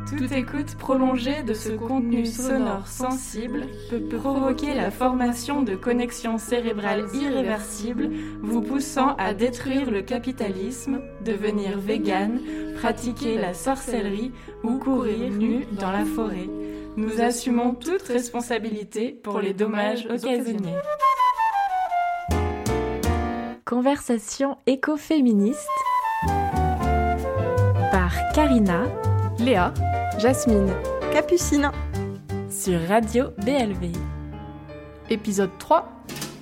Toute écoute prolongée de ce contenu sonore sensible peut provoquer la formation de connexions cérébrales irréversibles, vous poussant à détruire le capitalisme, devenir vegan, pratiquer la sorcellerie ou courir nu dans la forêt. Nous assumons toute responsabilité pour les dommages occasionnés. Conversation écoféministe par Karina, Léa, Jasmine, Capucine sur Radio BLV. Épisode 3.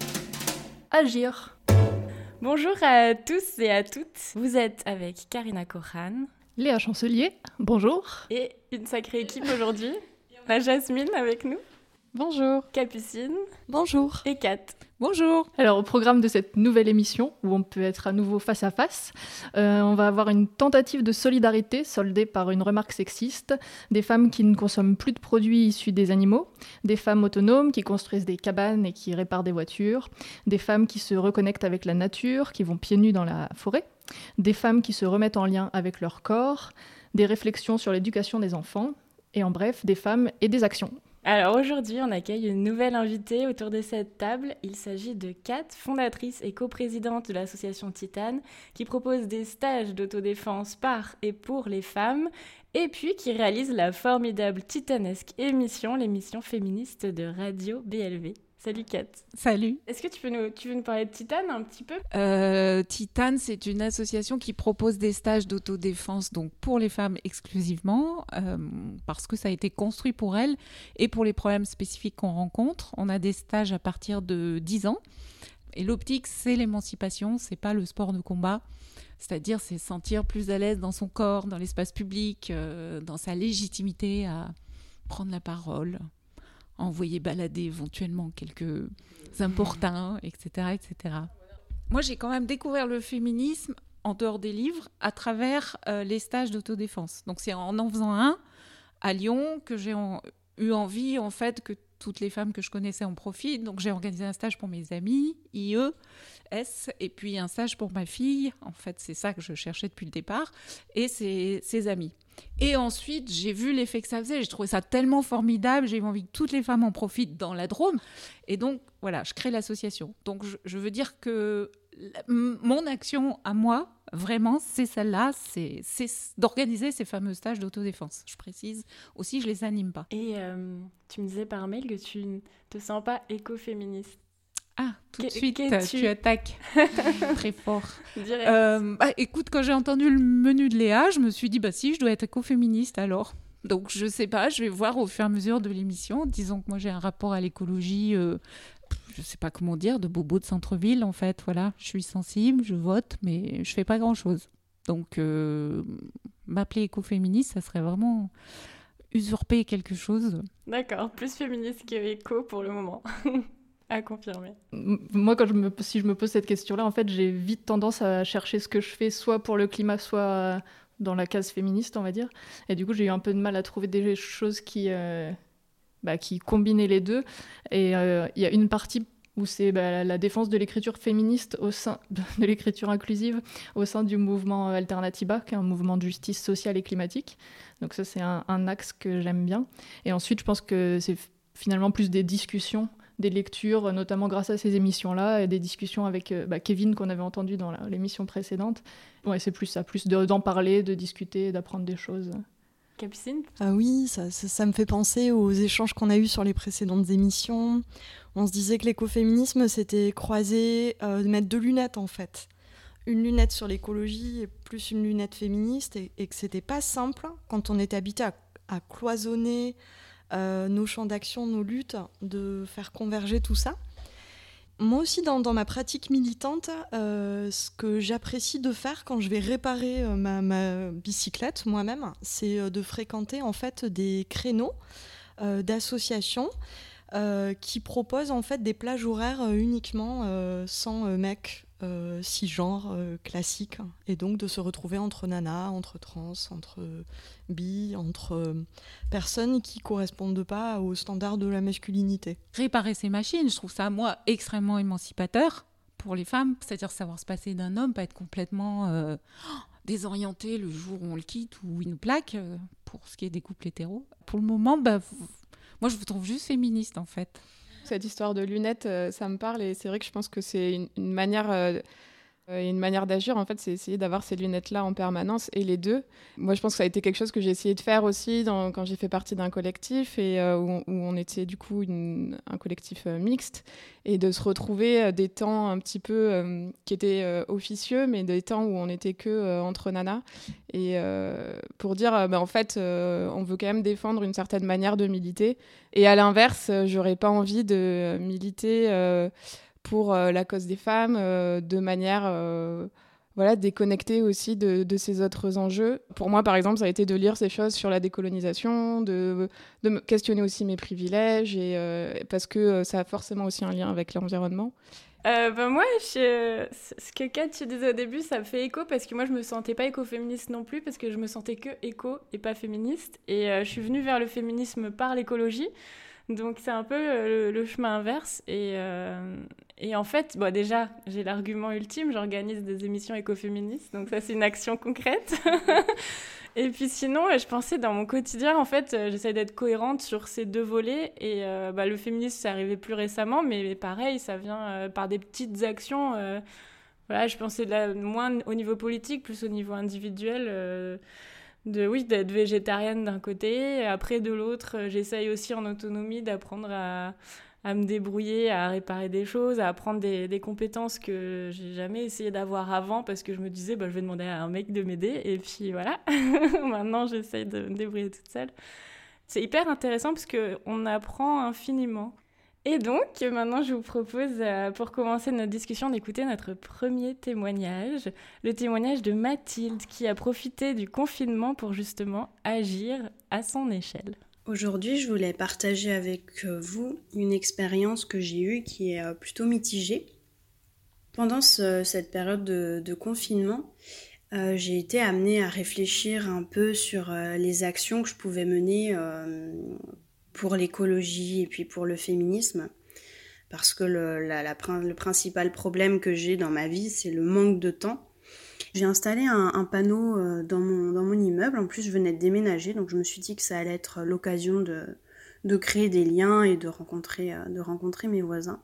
Agir. Bonjour à tous et à toutes. Vous êtes avec Karina Kohan, Léa Chancelier, bonjour. Et une sacrée équipe aujourd'hui. La Jasmine avec nous. Bonjour. Capucine. Bonjour. Et Kat. Bonjour. Alors au programme de cette nouvelle émission, où on peut être à nouveau face à face, on va avoir une tentative de solidarité soldée par une remarque sexiste, des femmes qui ne consomment plus de produits issus des animaux, des femmes autonomes qui construisent des cabanes et qui réparent des voitures, des femmes qui se reconnectent avec la nature, qui vont pieds nus dans la forêt, des femmes qui se remettent en lien avec leur corps, des réflexions sur l'éducation des enfants, et en bref, des femmes et des actions. Alors aujourd'hui, on accueille une nouvelle invitée autour de cette table. Il s'agit de Kat, fondatrice et coprésidente de l'association Titane, qui propose des stages d'autodéfense par et pour les femmes, et puis qui réalise la formidable titanesque l'émission féministe de Radio BLV. Salut Kat. Salut. Est-ce que tu veux nous parler de Titane un petit peu ? Titane, c'est une association qui propose des stages d'autodéfense donc pour les femmes exclusivement, parce que ça a été construit pour elles et pour les problèmes spécifiques qu'on rencontre. On a des stages à partir de 10 ans. Et l'optique, c'est l'émancipation, c'est pas le sport de combat. C'est-à-dire, c'est sentir plus à l'aise dans son corps, dans l'espace public, dans sa légitimité à prendre la parole, envoyer balader éventuellement quelques importuns, etc., etc. Moi, j'ai quand même découvert le féminisme en dehors des livres à travers les stages d'autodéfense. Donc, c'est en faisant un à Lyon que j'ai eu envie, en fait, que toutes les femmes que je connaissais en profitent. Donc, j'ai organisé un stage pour mes amis, IE, S, et puis un stage pour ma fille. En fait, c'est ça que je cherchais depuis le départ, et ses amis. Et ensuite, j'ai vu l'effet que ça faisait. J'ai trouvé ça tellement formidable. J'ai eu envie que toutes les femmes en profitent dans la Drôme. Et donc, voilà, je crée l'association. Donc, je veux dire que mon action à moi, vraiment, c'est celle-là. C'est d'organiser ces fameux stages d'autodéfense. Je précise aussi, je ne les anime pas. Et tu me disais par mail que tu ne te sens pas écoféministe. Ah, tout de suite, tu attaques très fort. Écoute, quand j'ai entendu le menu de Léa, je me suis dit, si, je dois être écoféministe alors. Donc, je sais pas, je vais voir au fur et à mesure de l'émission. Disons que moi, j'ai un rapport à l'écologie, je sais pas comment dire, de bobo de centre-ville, en fait. Voilà, je suis sensible, je vote, mais je fais pas grand-chose. Donc, m'appeler écoféministe, ça serait vraiment usurper quelque chose. D'accord, plus féministe qu'éco pour le moment. À confirmer. Moi, si je me pose cette question-là, en fait, j'ai vite tendance à chercher ce que je fais, soit pour le climat, soit dans la case féministe, on va dire. Et du coup, j'ai eu un peu de mal à trouver des choses qui combinaient les deux. Et il y a une partie où c'est la défense de l'écriture féministe au sein de l'écriture inclusive au sein du mouvement Alternatiba, qui est un mouvement de justice sociale et climatique. Donc ça, c'est un axe que j'aime bien. Et ensuite, je pense que c'est finalement plus des discussions, des lectures, notamment grâce à ces émissions-là, et des discussions avec Kevin qu'on avait entendu dans l'émission précédente. Ouais, c'est plus ça, d'en parler, de discuter, d'apprendre des choses. Capucine ? Ah oui, ça me fait penser aux échanges qu'on a eus sur les précédentes émissions. On se disait que l'écoféminisme, c'était croiser, de mettre deux lunettes en fait. Une lunette sur l'écologie et plus une lunette féministe, et que c'était pas simple quand on est habité à cloisonner nos champs d'action, nos luttes, de faire converger tout ça. Moi aussi, dans ma pratique militante, ce que j'apprécie de faire quand je vais réparer ma bicyclette moi-même, c'est de fréquenter en fait des créneaux d'associations qui proposent en fait des plages horaires uniquement sans mecs cisgenres classiques, et donc de se retrouver entre nanas, entre trans, entre bi, entre personnes qui correspondent pas aux standards de la masculinité. Réparer ces machines, je trouve ça, moi, extrêmement émancipateur pour les femmes, c'est-à-dire savoir se passer d'un homme, pas être complètement désorienter le jour où on le quitte ou il nous plaque, pour ce qui est des couples hétéros. Pour le moment, moi je vous trouve juste féministe en fait. Cette histoire de lunettes, ça me parle et c'est vrai que je pense que c'est une manière d'agir, en fait, c'est essayer d'avoir ces lunettes-là en permanence, et les deux. Moi, je pense que ça a été quelque chose que j'ai essayé de faire aussi quand j'ai fait partie d'un collectif, et où on était du coup un collectif mixte, et de se retrouver des temps un petit peu qui étaient officieux, mais des temps où on n'était que entre nanas, et pour dire, en fait, on veut quand même défendre une certaine manière de militer, et à l'inverse, j'aurais pas envie de militer pour la cause des femmes, de manière déconnectée aussi de ces autres enjeux. Pour moi, par exemple, ça a été de lire ces choses sur la décolonisation, de me questionner aussi mes privilèges, et, parce que ça a forcément aussi un lien avec l'environnement. Moi, ce que Kat tu disais au début, ça me fait écho, parce que moi, je me sentais pas écoféministe non plus, parce que je me sentais que éco et pas féministe. Et je suis venue vers le féminisme par l'écologie. Donc c'est un peu le chemin inverse, et en fait, déjà, j'ai l'argument ultime, j'organise des émissions écoféministes, donc ça c'est une action concrète. Et puis sinon, je pensais dans mon quotidien, en fait, j'essaie d'être cohérente sur ces deux volets, et le féminisme, c'est arrivé plus récemment, mais pareil, ça vient par des petites actions. Je pensais moins au niveau politique, plus au niveau individuel, d'être végétarienne d'un côté, et après de l'autre, j'essaye aussi en autonomie d'apprendre à me débrouiller, à réparer des choses, à apprendre des compétences que j'ai jamais essayé d'avoir avant, parce que je me disais, je vais demander à un mec de m'aider, et puis voilà. Maintenant, j'essaye de me débrouiller toute seule. C'est hyper intéressant parce qu'on apprend infiniment. Et donc, maintenant, je vous propose, pour commencer notre discussion, d'écouter notre premier témoignage, le témoignage de Mathilde, qui a profité du confinement pour justement agir à son échelle. Aujourd'hui, je voulais partager avec vous une expérience que j'ai eue qui est plutôt mitigée. Pendant cette période de confinement, j'ai été amenée à réfléchir un peu sur les actions que je pouvais mener pour l'écologie et puis pour le féminisme, parce que le principal problème que j'ai dans ma vie, c'est le manque de temps. J'ai installé un panneau dans mon immeuble. En plus, je venais de déménager, donc je me suis dit que ça allait être l'occasion de créer des liens et de rencontrer mes voisins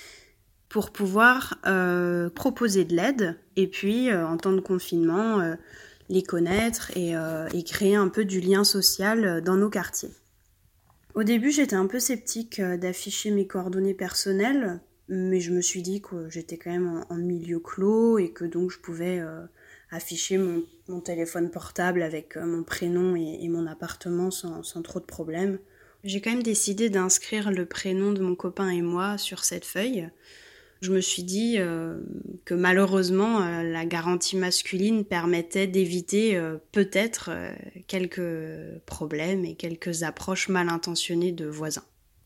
pour pouvoir proposer de l'aide, et puis en temps de confinement, les connaître et créer un peu du lien social dans nos quartiers. Au début, j'étais un peu sceptique d'afficher mes coordonnées personnelles, mais je me suis dit que j'étais quand même en milieu clos et que donc je pouvais afficher mon téléphone portable avec mon prénom et mon appartement sans trop de problèmes. J'ai quand même décidé d'inscrire le prénom de mon copain et moi sur cette feuille. Je me suis dit que malheureusement, la garantie masculine permettait d'éviter peut-être quelques problèmes et quelques approches mal intentionnées de voisins.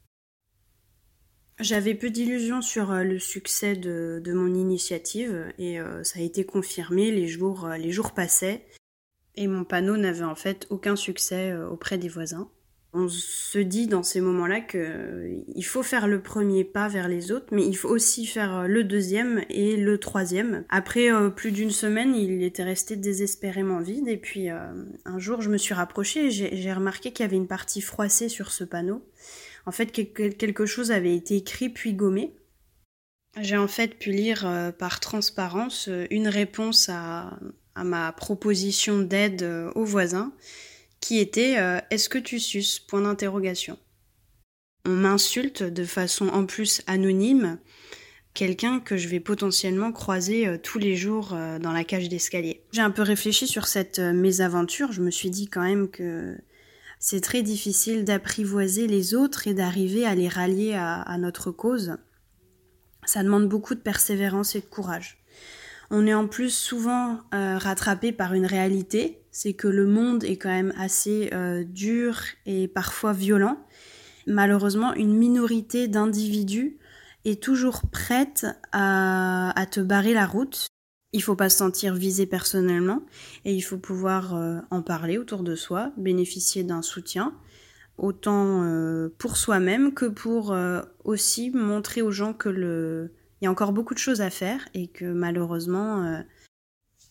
J'avais peu d'illusions sur le succès de mon initiative, et ça a été confirmé, les jours passaient et mon panneau n'avait en fait aucun succès auprès des voisins. On se dit dans ces moments-là qu'il faut faire le premier pas vers les autres, mais il faut aussi faire le deuxième et le troisième. Après plus d'une semaine, il était resté désespérément vide, et puis un jour je me suis rapprochée et j'ai remarqué qu'il y avait une partie froissée sur ce panneau. En fait, quelque chose avait été écrit puis gommé. J'ai en fait pu lire par transparence une réponse à ma proposition d'aide aux voisins, qui était « Est-ce que tu suces ?» point d'interrogation. On m'insulte de façon en plus anonyme, quelqu'un que je vais potentiellement croiser tous les jours dans la cage d'escalier. J'ai un peu réfléchi sur cette mésaventure, je me suis dit quand même que c'est très difficile d'apprivoiser les autres et d'arriver à les rallier à notre cause. Ça demande beaucoup de persévérance et de courage. On est en plus souvent rattrapé par une réalité, c'est que le monde est quand même assez dur et parfois violent. Malheureusement, une minorité d'individus est toujours prête à te barrer la route. Il faut pas se sentir visé personnellement et il faut pouvoir en parler autour de soi, bénéficier d'un soutien, autant pour soi-même que pour aussi montrer aux gens que il y a encore beaucoup de choses à faire et que malheureusement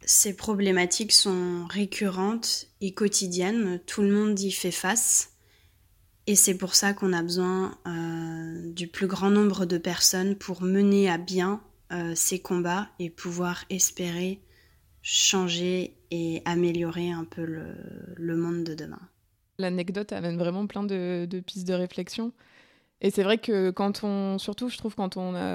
Ces problématiques sont récurrentes et quotidiennes, tout le monde y fait face. Et c'est pour ça qu'on a besoin du plus grand nombre de personnes pour mener à bien ces combats et pouvoir espérer changer et améliorer un peu le monde de demain. L'anecdote amène vraiment plein de pistes de réflexion. Et c'est vrai que surtout je trouve quand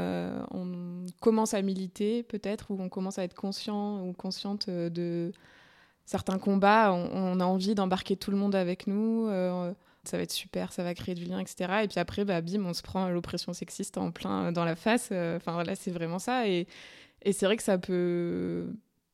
on commence à militer peut-être, ou on commence à être conscient ou consciente de certains combats, on a envie d'embarquer tout le monde avec nous. Ça va être super, ça va créer du lien, etc. Et puis après, bim, on se prend l'oppression sexiste en plein dans la face. Voilà, c'est vraiment ça. Et c'est vrai que ça peut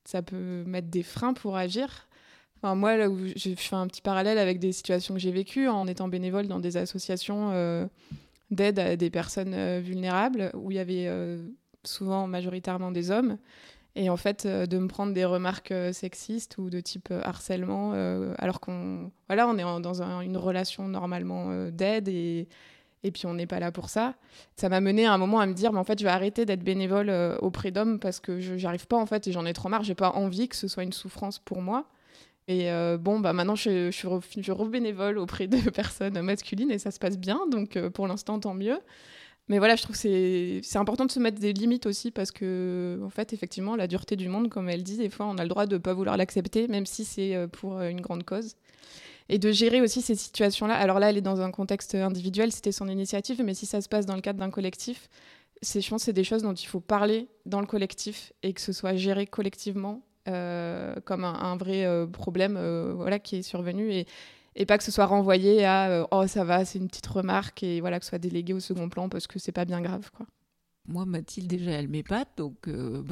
mettre des freins pour agir. Enfin, moi, là où je fais un petit parallèle avec des situations que j'ai vécues en étant bénévole dans des associations d'aide à des personnes vulnérables, où il y avait souvent majoritairement des hommes. Et en fait, de me prendre des remarques sexistes ou de type harcèlement, alors on est dans une relation normalement d'aide et puis on n'est pas là pour ça. Ça m'a mené à un moment à me dire, mais en fait, je vais arrêter d'être bénévole auprès d'hommes parce que je n'y arrive pas en fait et j'en ai trop marre. J'ai pas envie que ce soit une souffrance pour moi. Et maintenant, je suis re-bénévole auprès de personnes masculines et ça se passe bien. Donc, pour l'instant, tant mieux. Mais voilà, je trouve que c'est important de se mettre des limites aussi parce que, en fait, effectivement, la dureté du monde, comme elle dit, des fois, on a le droit de ne pas vouloir l'accepter, même si c'est pour une grande cause. Et de gérer aussi ces situations-là. Alors là, elle est dans un contexte individuel, c'était son initiative, mais si ça se passe dans le cadre d'un collectif, je pense que c'est des choses dont il faut parler dans le collectif et que ce soit géré collectivement comme un vrai problème qui est survenu. Et pas que ce soit renvoyé à « oh, ça va, c'est une petite remarque » et voilà, que ce soit délégué au second plan parce que c'est pas bien grave, quoi. Moi, Mathilde, déjà, elle m'épate, donc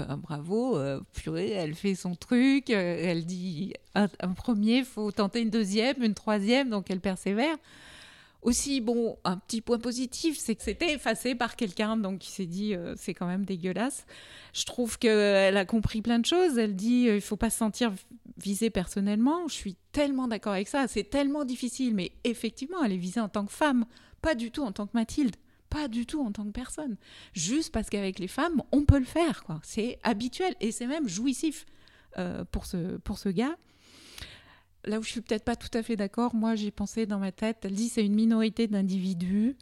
bravo, purée, elle fait son truc, elle dit un premier, il faut tenter une deuxième, une troisième, donc elle persévère. Aussi, bon, un petit point positif, c'est que c'était effacé par quelqu'un, donc il s'est dit c'est quand même dégueulasse. Je trouve qu'elle a compris plein de choses. Elle dit il ne faut pas se sentir visée personnellement. Je suis tellement d'accord avec ça. C'est tellement difficile, mais effectivement, elle est visée en tant que femme, pas du tout en tant que Mathilde, pas du tout en tant que personne. Juste parce qu'avec les femmes, on peut le faire, quoi. C'est habituel et c'est même jouissif pour ce gars. Là où je suis peut-être pas tout à fait d'accord, moi j'ai pensé dans ma tête, elle dit c'est une minorité d'individus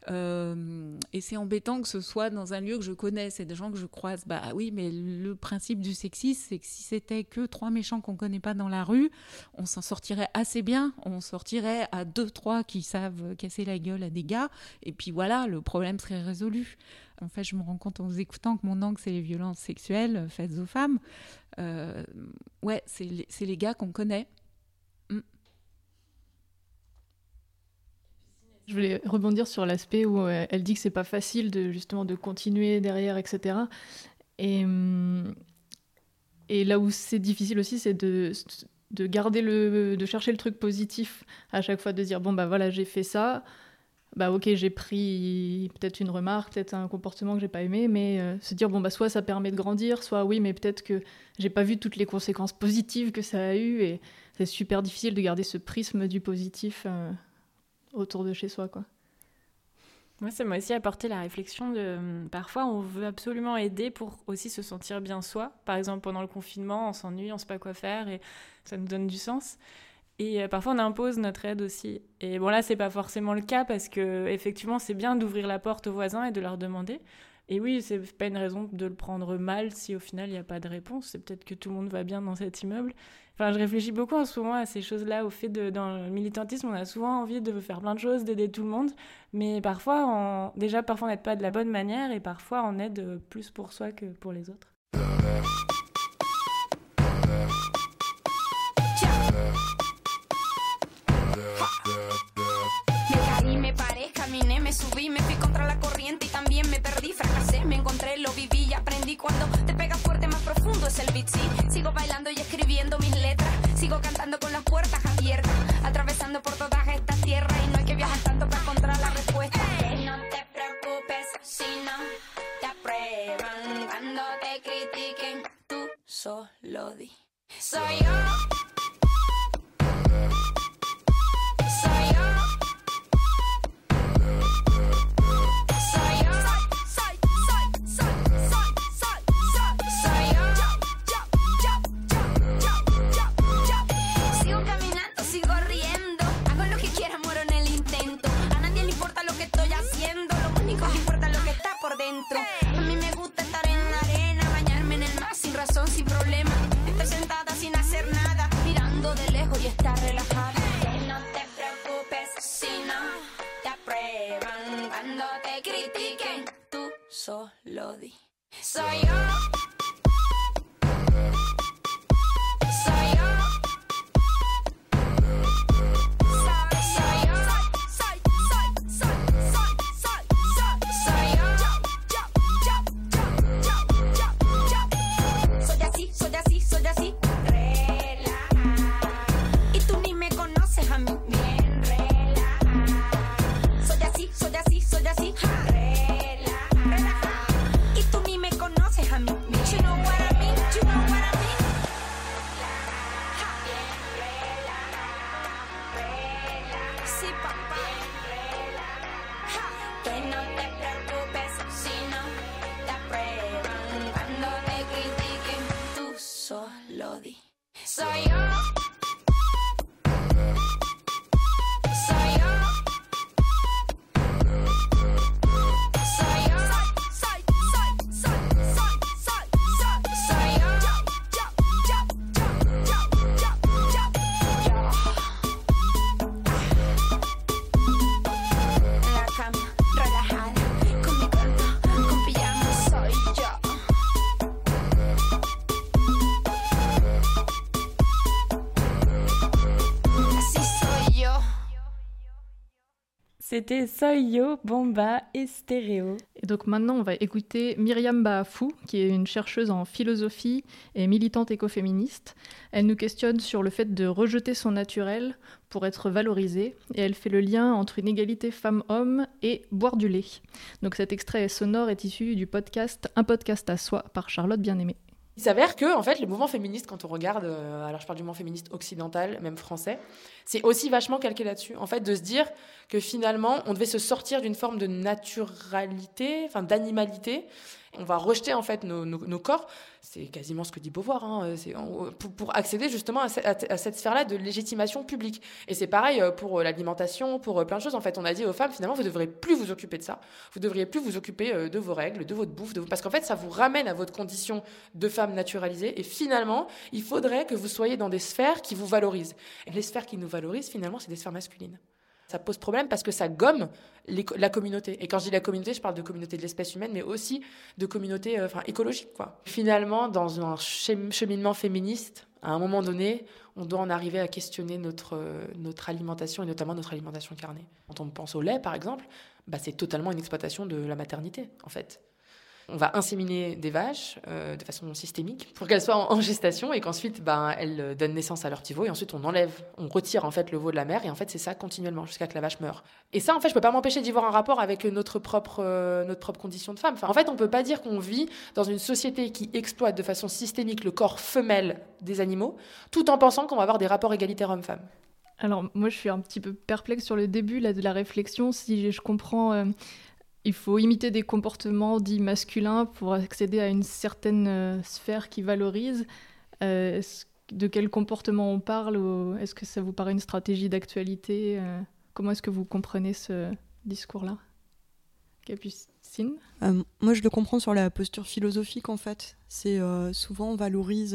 et c'est embêtant que ce soit dans un lieu que je connais, c'est des gens que je croise. Bah oui, mais le principe du sexisme, c'est que si c'était que 3 méchants qu'on connaît pas dans la rue, on s'en sortirait assez bien, on sortirait à 2-3 qui savent casser la gueule à des gars et puis voilà, le problème serait résolu. En fait, je me rends compte en vous écoutant que mon angle, c'est les violences sexuelles faites aux femmes. Ouais, c'est les gars qu'on connaît. Je voulais rebondir sur l'aspect où elle dit que c'est pas facile de continuer derrière, etc. Et là où c'est difficile aussi, c'est de garder de chercher le truc positif à chaque fois, de dire bon bah voilà, j'ai fait ça, bah ok, j'ai pris peut-être une remarque, peut-être un comportement que j'ai pas aimé, mais se dire bon bah soit ça permet de grandir, soit oui, mais peut-être que j'ai pas vu toutes les conséquences positives que ça a eu, et c'est super difficile de garder ce prisme du positif autour de chez soi, quoi. Moi, ça m'a aussi apporté la réflexion de parfois on veut absolument aider pour aussi se sentir bien soi. Par exemple, pendant le confinement, on s'ennuie, on sait pas quoi faire et ça nous donne du sens. Et parfois, on impose notre aide aussi. Et bon, là, c'est pas forcément le cas parce que effectivement, c'est bien d'ouvrir la porte aux voisins et de leur demander. Et oui, c'est pas une raison de le prendre mal si au final, il n'y a pas de réponse. C'est peut-être que tout le monde va bien dans cet immeuble. Enfin, je réfléchis beaucoup en ce moment à ces choses-là, au fait dans le militantisme, on a souvent envie de faire plein de choses, d'aider tout le monde, mais parfois, on n'aide pas de la bonne manière et parfois, on aide plus pour soi que pour les autres. Me subí, me fui contra la corriente y también me perdí, fracasé, me encontré, lo viví y aprendí. Cuando te pega fuerte, más profundo es el beat, sí. Sigo bailando y escribiendo mis letras, sigo cantando con las puertas abiertas, atravesando por todas estas tierras y no hay que viajar tanto para encontrar la respuesta. No te preocupes si no te aprueban, cuando te critiquen, tú solo di. Soy yo. Lodi. Soy yo. C'était Soy Yo, Bomba et Stéréo. Et donc maintenant, on va écouter Myriam Baafou, qui est une chercheuse en philosophie et militante écoféministe. Elle nous questionne sur le fait de rejeter son naturel pour être valorisé, et elle fait le lien entre une égalité femmes-hommes et boire du lait. Donc cet extrait sonore est issu du podcast Un podcast à soi par Charlotte Bien-Aimée. Il s'avère que, en fait, le mouvement féministe, quand on regarde, alors je parle du mouvement féministe occidental, même français, c'est aussi vachement calqué là-dessus. En fait, de se dire que finalement, on devait se sortir d'une forme de naturalité, enfin d'animalité. On va rejeter en fait nos corps. C'est quasiment ce que dit Beauvoir, hein, pour accéder justement à cette sphère-là de légitimation publique. Et c'est pareil pour l'alimentation, pour plein de choses. En fait, on a dit aux femmes, finalement, vous ne devrez plus vous occuper de ça. Vous ne devriez plus vous occuper de vos règles, de votre bouffe, parce qu'en fait, ça vous ramène à votre condition de femme naturalisée. Et finalement, il faudrait que vous soyez dans des sphères qui vous valorisent. Et les sphères qui nous valorisent, finalement, c'est des sphères masculines. Ça pose problème parce que ça gomme la communauté. Et quand je dis la communauté, je parle de communauté de l'espèce humaine, mais aussi de communauté écologique, quoi. Finalement, dans un cheminement féministe, à un moment donné, on doit en arriver à questionner notre alimentation, et notamment notre alimentation carnée. Quand on pense au lait, par exemple, c'est totalement une exploitation de la maternité, en fait. On va inséminer des vaches de façon systémique pour qu'elles soient en gestation et qu'ensuite elles donnent naissance à leur petit veau et ensuite on retire en fait le veau de la mère et en fait c'est ça continuellement jusqu'à que la vache meure. Et ça en fait je peux pas m'empêcher d'y voir un rapport avec notre propre condition de femme. Enfin, en fait on peut pas dire qu'on vit dans une société qui exploite de façon systémique le corps femelle des animaux tout en pensant qu'on va avoir des rapports égalitaires hommes-femmes. Alors moi je suis un petit peu perplexe sur le début là, de la réflexion. Si je comprends... Il faut imiter des comportements dits masculins pour accéder à une certaine sphère qui valorise. De quel comportement on parle ou est-ce que ça vous paraît une stratégie d'actualité Comment est-ce que vous comprenez ce discours-là, Capucine ? Moi, je le comprends sur la posture philosophique, en fait. C'est souvent, on valorise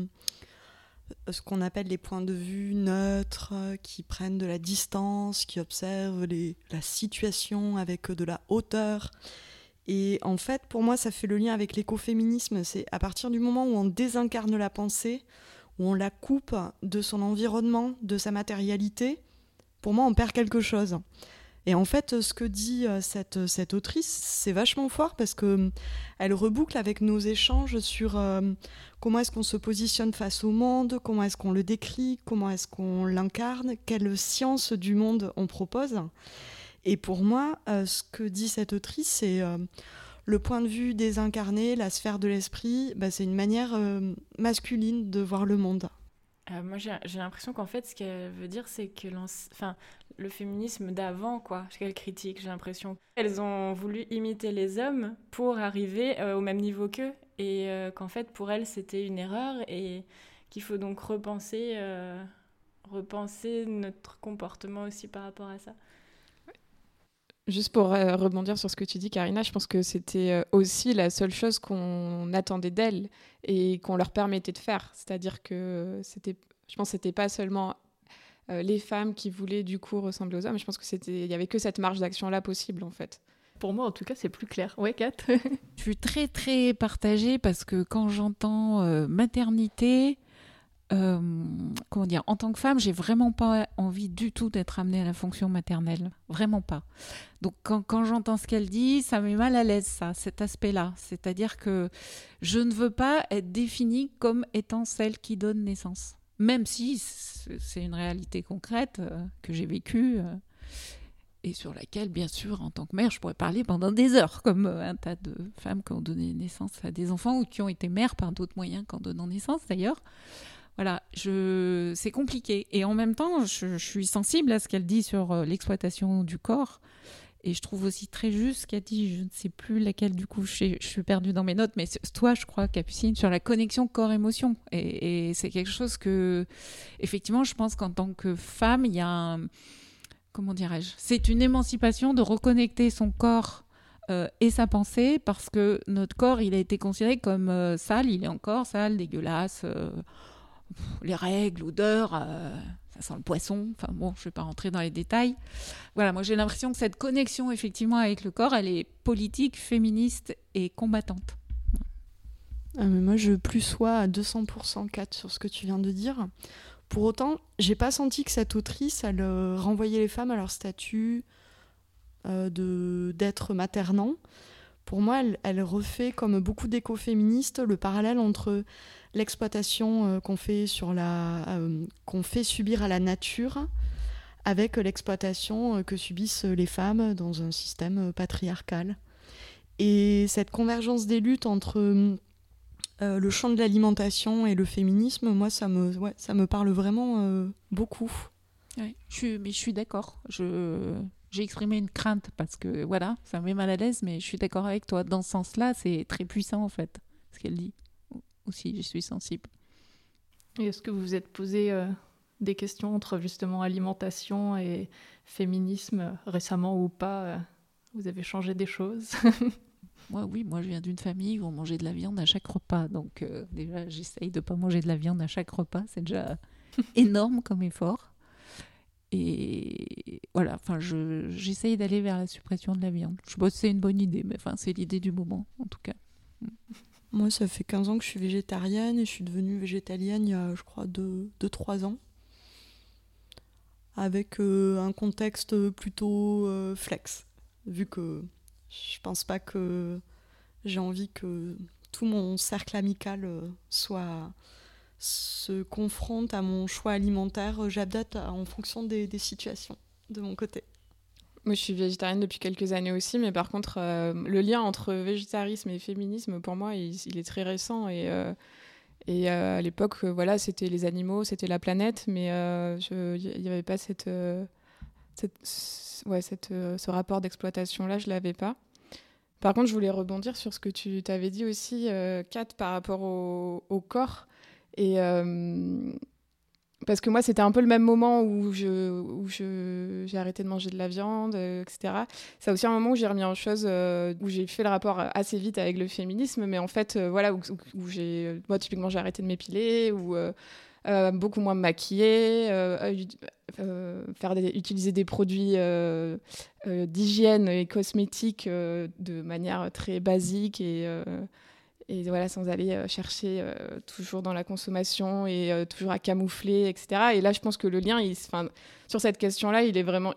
ce qu'on appelle les points de vue neutres, qui prennent de la distance, qui observent la situation avec de la hauteur. Et en fait, pour moi, ça fait le lien avec l'écoféminisme. C'est à partir du moment où on désincarne la pensée, où on la coupe de son environnement, de sa matérialité, pour moi, on perd quelque chose. Et en fait, ce que dit cette autrice, c'est vachement fort parce qu'elle reboucle avec nos échanges sur comment est-ce qu'on se positionne face au monde, comment est-ce qu'on le décrit, comment est-ce qu'on l'incarne, quelle science du monde on propose. Et pour moi, ce que dit cette autrice, c'est le point de vue désincarné, la sphère de l'esprit, c'est une manière masculine de voir le monde. Moi, j'ai l'impression qu'en fait, ce qu'elle veut dire, c'est que le féminisme d'avant, quoi, qu'elle critique, j'ai l'impression. Elles ont voulu imiter les hommes pour arriver au même niveau qu'eux, et qu'en fait, pour elles, c'était une erreur, et qu'il faut donc repenser notre comportement aussi par rapport à ça. Juste pour rebondir sur ce que tu dis, Karina, je pense que c'était aussi la seule chose qu'on attendait d'elles et qu'on leur permettait de faire. C'est-à-dire que je pense que c'était pas seulement les femmes qui voulaient du coup ressembler aux hommes. Je pense que il y avait que cette marge d'action-là possible, en fait. Pour moi, en tout cas, c'est plus clair. Ouais, Kat. Je suis très, très partagée parce que quand j'entends maternité, comment dire, en tant que femme, j'ai vraiment pas envie du tout d'être amenée à la fonction maternelle. Vraiment pas. Donc, quand j'entends ce qu'elle dit, ça me met mal à l'aise, ça, cet aspect-là. C'est-à-dire que je ne veux pas être définie comme étant celle qui donne naissance. Même si c'est une réalité concrète que j'ai vécue et sur laquelle, bien sûr, en tant que mère, je pourrais parler pendant des heures, comme un tas de femmes qui ont donné naissance à des enfants ou qui ont été mères par d'autres moyens qu'en donnant naissance, d'ailleurs. Voilà, c'est compliqué. Et en même temps, je suis sensible à ce qu'elle dit sur l'exploitation du corps. Et je trouve aussi très juste ce qu'elle dit, je ne sais plus laquelle du coup, je suis perdue dans mes notes, mais toi, je crois, Capucine, sur la connexion corps-émotion. Et c'est quelque chose que, effectivement, je pense qu'en tant que femme, il y a comment dirais-je, c'est une émancipation de reconnecter son corps et sa pensée, parce que notre corps, il a été considéré comme sale, il est encore sale, dégueulasse, les règles, l'odeur, ça sent le poisson. Enfin bon, je ne vais pas rentrer dans les détails. Voilà, moi j'ai l'impression que cette connexion effectivement avec le corps, elle est politique, féministe et combattante. Mais moi je plus sois à 200% 4 sur ce que tu viens de dire. Pour autant, j'ai pas senti que cette autrice, elle renvoyait les femmes à leur statut d'être maternant. Pour moi, elle refait, comme beaucoup d'écoféministes, le parallèle entre l'exploitation qu'on fait subir à la nature avec l'exploitation que subissent les femmes dans un système patriarcal. Et cette convergence des luttes entre le champ de l'alimentation et le féminisme, moi, ça me parle vraiment beaucoup. Oui, je suis d'accord. J'ai exprimé une crainte parce que, voilà, ça me met mal à l'aise, mais je suis d'accord avec toi. Dans ce sens-là, c'est très puissant, en fait, ce qu'elle dit. Aussi, je suis sensible. Et est-ce que vous vous êtes posé des questions entre, justement, alimentation et féminisme, récemment ou pas vous avez changé des choses? Moi, je viens d'une famille où on mangeait de la viande à chaque repas. Donc, déjà, j'essaye de ne pas manger de la viande à chaque repas. C'est déjà énorme comme effort. Et voilà, j'essaye d'aller vers la suppression de la viande. Je sais pas si c'est une bonne idée, mais c'est l'idée du moment, en tout cas. Moi, ça fait 15 ans que je suis végétarienne et je suis devenue végétalienne il y a, je crois, 2-3 ans. Avec un contexte plutôt flex, vu que je pense pas que j'ai envie que tout mon cercle amical se confronte à mon choix alimentaire. J'adapte en fonction des situations de mon côté. Moi, je suis végétarienne depuis quelques années aussi, mais par contre, le lien entre végétarisme et féminisme, pour moi, il est très récent. Et à l'époque, voilà, c'était les animaux, c'était la planète, mais il n'y avait pas ce rapport d'exploitation-là, je ne l'avais pas. Par contre, je voulais rebondir sur ce que tu t'avais dit aussi, Kat, par rapport au corps. Et parce que moi, c'était un peu le même moment où j'ai arrêté de manger de la viande, etc. C'est aussi un moment où j'ai remis en chose, où j'ai fait le rapport assez vite avec le féminisme, mais en fait, voilà, où moi, typiquement, j'ai arrêté de m'épiler, ou beaucoup moins me maquiller, utiliser des produits d'hygiène et cosmétiques de manière très basique et voilà, sans aller chercher toujours dans la consommation et toujours à camoufler, etc. Et là, je pense que le lien, sur cette question-là, il est vraiment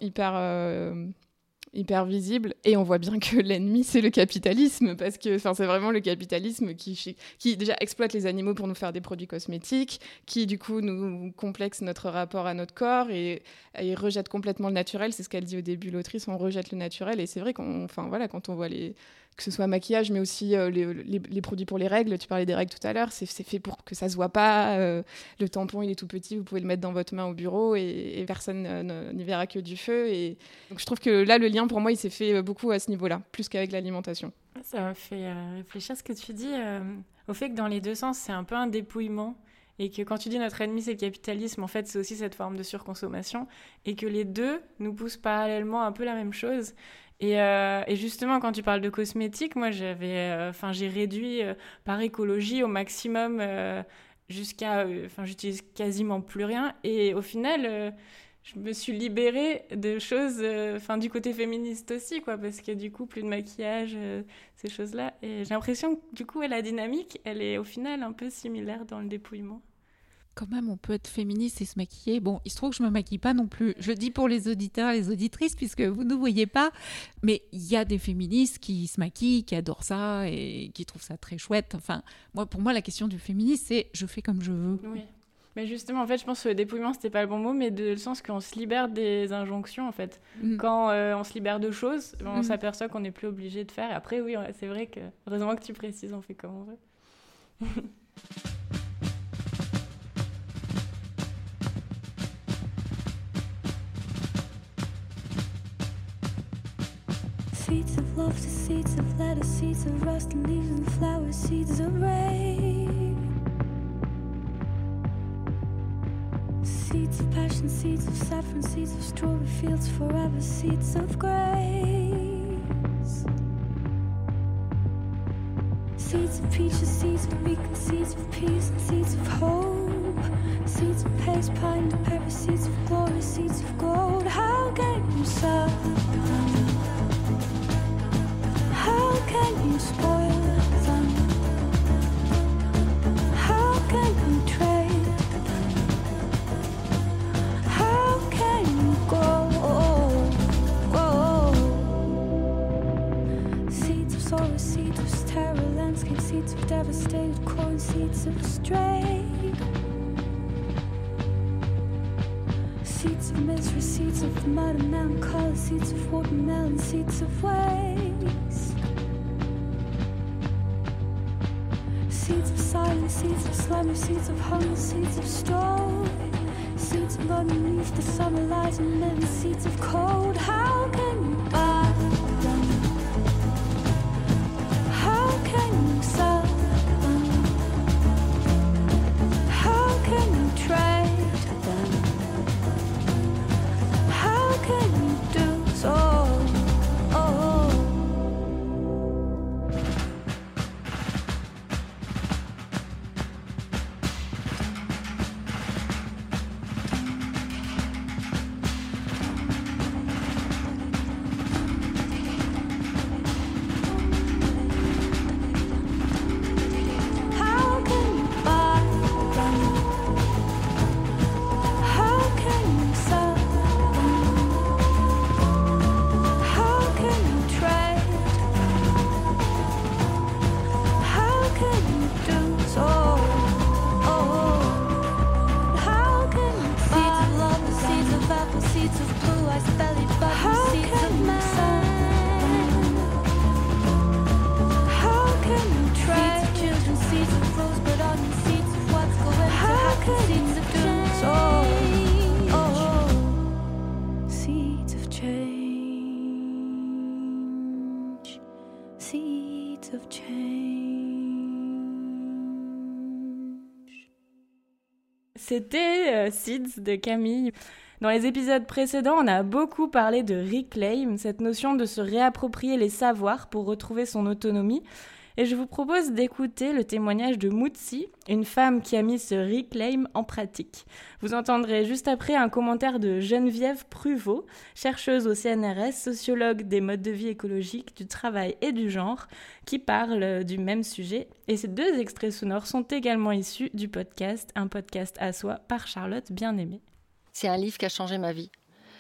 hyper visible. Et on voit bien que l'ennemi, c'est le capitalisme, parce que c'est vraiment le capitalisme qui déjà exploite les animaux pour nous faire des produits cosmétiques, qui du coup nous complexe notre rapport à notre corps et rejette complètement le naturel. C'est ce qu'elle dit au début, l'autrice, on rejette le naturel. Et c'est vrai quand on voit que ce soit maquillage, mais aussi les produits pour les règles. Tu parlais des règles tout à l'heure. C'est fait pour que ça se voit pas. Le tampon, il est tout petit. Vous pouvez le mettre dans votre main au bureau et personne n'y verra que du feu. Et donc, je trouve que là, le lien, pour moi, il s'est fait beaucoup à ce niveau-là, plus qu'avec l'alimentation. Ça m'a fait réfléchir à ce que tu dis, au fait que dans les deux sens, c'est un peu un dépouillement. Et que quand tu dis notre ennemi, c'est le capitalisme, en fait, c'est aussi cette forme de surconsommation. Et que les deux nous poussent parallèlement un peu la même chose. Et justement, quand tu parles de cosmétiques, moi, j'ai réduit par écologie au maximum j'utilise quasiment plus rien. Et au final, je me suis libérée de choses, du côté féministe aussi, quoi, parce que du coup, plus de maquillage, ces choses-là. Et j'ai l'impression que du coup, la dynamique, elle est au final un peu similaire dans le dépouillement. Quand même, on peut être féministe et se maquiller. Bon, il se trouve que je ne me maquille pas non plus. Je le dis pour les auditeurs et les auditrices, puisque vous ne voyez pas. Mais il y a des féministes qui se maquillent, qui adorent ça et qui trouvent ça très chouette. Enfin, pour moi, la question du féminisme, c'est je fais comme je veux. Oui. Mais justement, en fait, je pense que le dépouillement, c'était pas le bon mot, mais de le sens qu'on se libère des injonctions, en fait. Quand on se libère de choses, on s'aperçoit qu'on n'est plus obligé de faire. Et après, oui, c'est vrai que, heureusement que tu précises, on fait comme on veut. Seeds of love to seeds of lettuce, seeds of rust and leaves and flowers, seeds of rain. Seeds of passion, seeds of saffron, seeds of strawberry fields forever, seeds of grace. Seeds of peaches, seeds of beacons, seeds of peace and seeds of hope. Seeds of pace, pine and pepper, seeds of glory, seeds of gold. How can you sow? How can you spoil them? How can you trade? How can you grow? Seeds of sorrow, seeds of terror, landscape, seeds of devastated corn, seeds of stray. Seeds of misery, seeds of mud and melancholy, seeds of watermelon, seeds of waste. Seeds of silence, seeds of slumber, seeds of hunger, seeds of storm. Seeds of underneath the summer light and living seeds of cold. How can you buy them? How can you sell them? How can you trade them? How can you do so? C'était Seeds de Camille. Dans les épisodes précédents, on a beaucoup parlé de reclaim, cette notion de se réapproprier les savoirs pour retrouver son autonomie. Et je vous propose d'écouter le témoignage de Moutsi, une femme qui a mis ce reclaim en pratique. Vous entendrez juste après un commentaire de Geneviève Pruvot, chercheuse au CNRS, sociologue des modes de vie écologiques, du travail et du genre, qui parle du même sujet. Et ces deux extraits sonores sont également issus du podcast, un podcast à soi par Charlotte Bien-Aimée. C'est un livre qui a changé ma vie.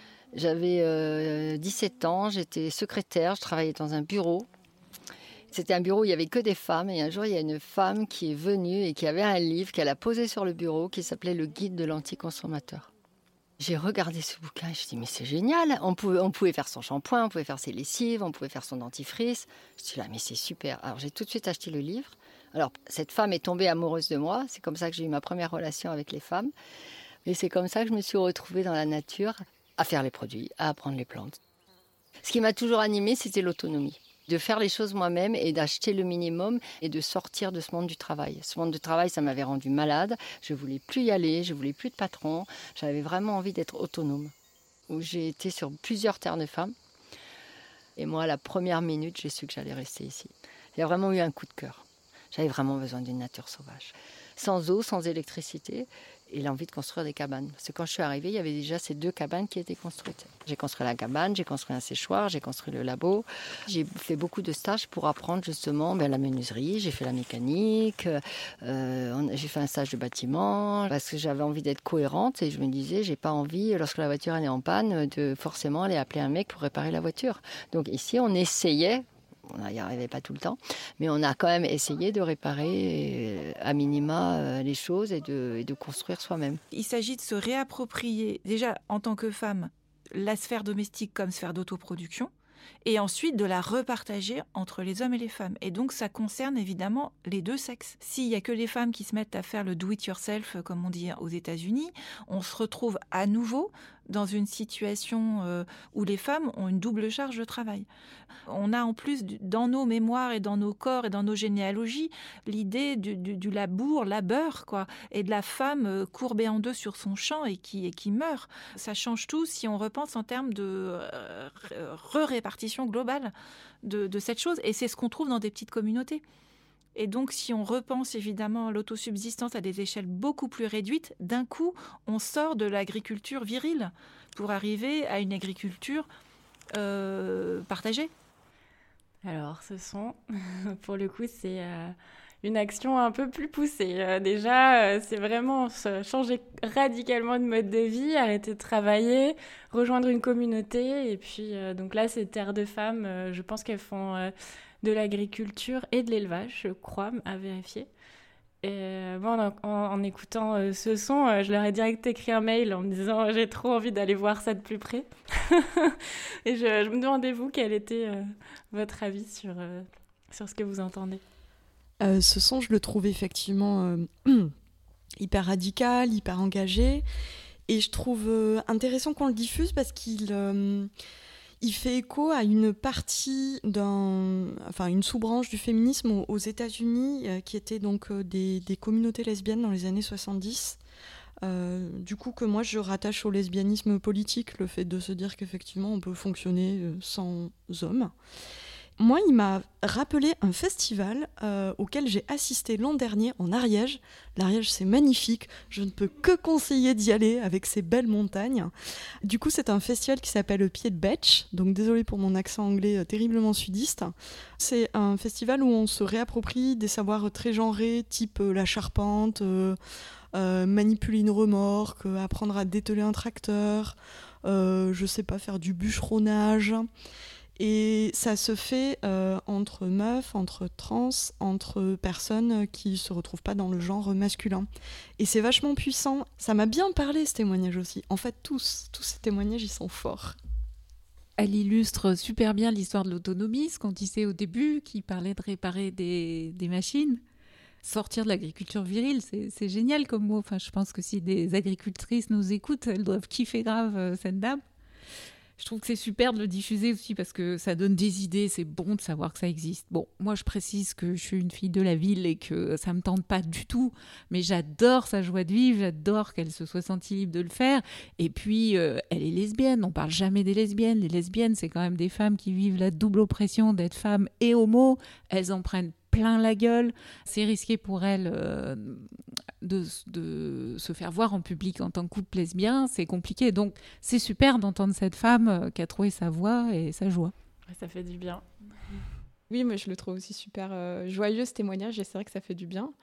J'avais 17 ans, j'étais secrétaire, je travaillais dans un bureau. C'était un bureau où il n'y avait que des femmes. Et un jour, il y a une femme qui est venue et qui avait un livre qu'elle a posé sur le bureau qui s'appelait « Le guide de l'anticonsommateur ». J'ai regardé ce bouquin et je me suis dit « Mais c'est génial ! On pouvait faire son shampoing, on pouvait faire ses lessives, on pouvait faire son dentifrice. » Je me suis dit « Là, mais c'est super !» Alors, j'ai tout de suite acheté le livre. Alors, cette femme est tombée amoureuse de moi. C'est comme ça que j'ai eu ma première relation avec les femmes. Et c'est comme ça que je me suis retrouvée dans la nature à faire les produits, à apprendre les plantes. Ce qui m'a toujours animée, c'était l'autonomie. De faire les choses moi-même et d'acheter le minimum et de sortir de ce monde du travail. Ce monde du travail, ça m'avait rendue malade. Je ne voulais plus y aller, je ne voulais plus de patron. J'avais vraiment envie d'être autonome. J'ai été sur plusieurs terres de femmes. Et moi, à la première minute, j'ai su que j'allais rester ici. Il y a vraiment eu un coup de cœur. J'avais vraiment besoin d'une nature sauvage. sans eau, sans électricité, et l'envie de construire des cabanes. Parce que quand je suis arrivée, il y avait déjà ces 2 cabanes qui étaient construites. J'ai construit la cabane, j'ai construit un séchoir, j'ai construit le labo. J'ai fait beaucoup de stages pour apprendre justement la menuiserie, j'ai fait la mécanique, j'ai fait un stage de bâtiment, parce que j'avais envie d'être cohérente et je me disais, j'ai pas envie, lorsque la voiture est en panne, de forcément aller appeler un mec pour réparer la voiture. Donc ici, on essayait, on n'y arrivait pas tout le temps, mais on a quand même essayé de réparer à minima les choses et de construire soi-même. Il s'agit de se réapproprier, déjà en tant que femme, la sphère domestique comme sphère d'autoproduction, et ensuite de la repartager entre les hommes et les femmes. Et donc ça concerne évidemment les 2 sexes. S'il n'y a que les femmes qui se mettent à faire le do-it-yourself, comme on dit aux États-Unis, on se retrouve à nouveau dans une situation où les femmes ont une double charge de travail. On a en plus dans nos mémoires et dans nos corps et dans nos généalogies l'idée du labeur, quoi, et de la femme courbée en 2 sur son champ et qui meurt. Ça change tout si on repense en termes de répartition globale de cette chose. Et c'est ce qu'on trouve dans des petites communautés. Et donc, si on repense évidemment l'autosubsistance à des échelles beaucoup plus réduites, d'un coup, on sort de l'agriculture virile pour arriver à une agriculture partagée. Alors, ce sont, pour le coup, c'est une action un peu plus poussée. Déjà, c'est vraiment changer radicalement de mode de vie, arrêter de travailler, rejoindre une communauté. Et puis, donc là, ces terres de femmes, je pense qu'elles font de l'agriculture et de l'élevage, je crois, à vérifier. Et en écoutant ce son, je leur ai direct écrit un mail en me disant j'ai trop envie d'aller voir ça de plus près. Et je me demandais, vous, quel était votre avis sur ce que vous entendez. Ce son, je le trouve effectivement hyper radical, hyper engagé. Et je trouve intéressant qu'on le diffuse parce qu'il il fait écho à une partie une sous-branche du féminisme aux États-Unis qui était donc des communautés lesbiennes dans les années 70. Du coup, que moi je rattache au lesbianisme politique, le fait de se dire qu'effectivement on peut fonctionner sans hommes. Moi, il m'a rappelé un festival auquel j'ai assisté l'an dernier en Ariège. L'Ariège, c'est magnifique. Je ne peux que conseiller d'y aller avec ces belles montagnes. Du coup, c'est un festival qui s'appelle Pied de Betch. Donc, désolé pour mon accent anglais terriblement sudiste. C'est un festival où on se réapproprie des savoirs très genrés, type la charpente, manipuler une remorque, apprendre à dételer un tracteur, je sais pas, faire du bûcheronnage. Et ça se fait entre meufs, entre trans, entre personnes qui ne se retrouvent pas dans le genre masculin. Et c'est vachement puissant. Ça m'a bien parlé, ce témoignage aussi. En fait, tous ces témoignages, ils sont forts. Elle illustre super bien l'histoire de l'autonomie, ce qu'on disait au début, qui parlait de réparer des machines. Sortir de l'agriculture virile, c'est génial comme mot. Enfin, je pense que si des agricultrices nous écoutent, elles doivent kiffer grave cette dame. Je trouve que c'est super de le diffuser aussi parce que ça donne des idées, c'est bon de savoir que ça existe. Bon, moi je précise que je suis une fille de la ville et que ça me tente pas du tout, mais j'adore sa joie de vivre, j'adore qu'elle se soit sentie libre de le faire. Et puis, elle est lesbienne, on parle jamais des lesbiennes. Les lesbiennes, c'est quand même des femmes qui vivent la double oppression d'être femmes et homo. Elles en prennent plein la gueule. C'est risqué pour elles de se faire voir en public en tant que couple lesbien, c'est compliqué. Donc c'est super d'entendre cette femme qui a trouvé sa voix et sa joie. Ça fait du bien. Oui, moi je le trouve aussi super joyeux ce témoignage et c'est vrai que ça fait du bien.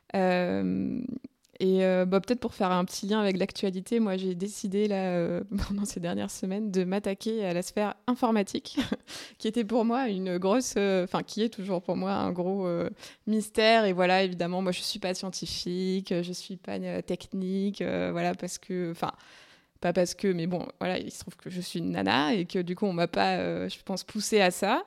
Peut-être pour faire un petit lien avec l'actualité, moi j'ai décidé là, pendant ces dernières semaines de m'attaquer à la sphère informatique, qui était pour moi une grosse, qui est toujours pour moi un gros mystère. Et voilà, évidemment, moi je suis pas scientifique, je suis pas technique, parce que, pas parce que, mais bon, voilà, il se trouve que je suis une nana et que du coup on m'a pas, je pense, poussée à ça.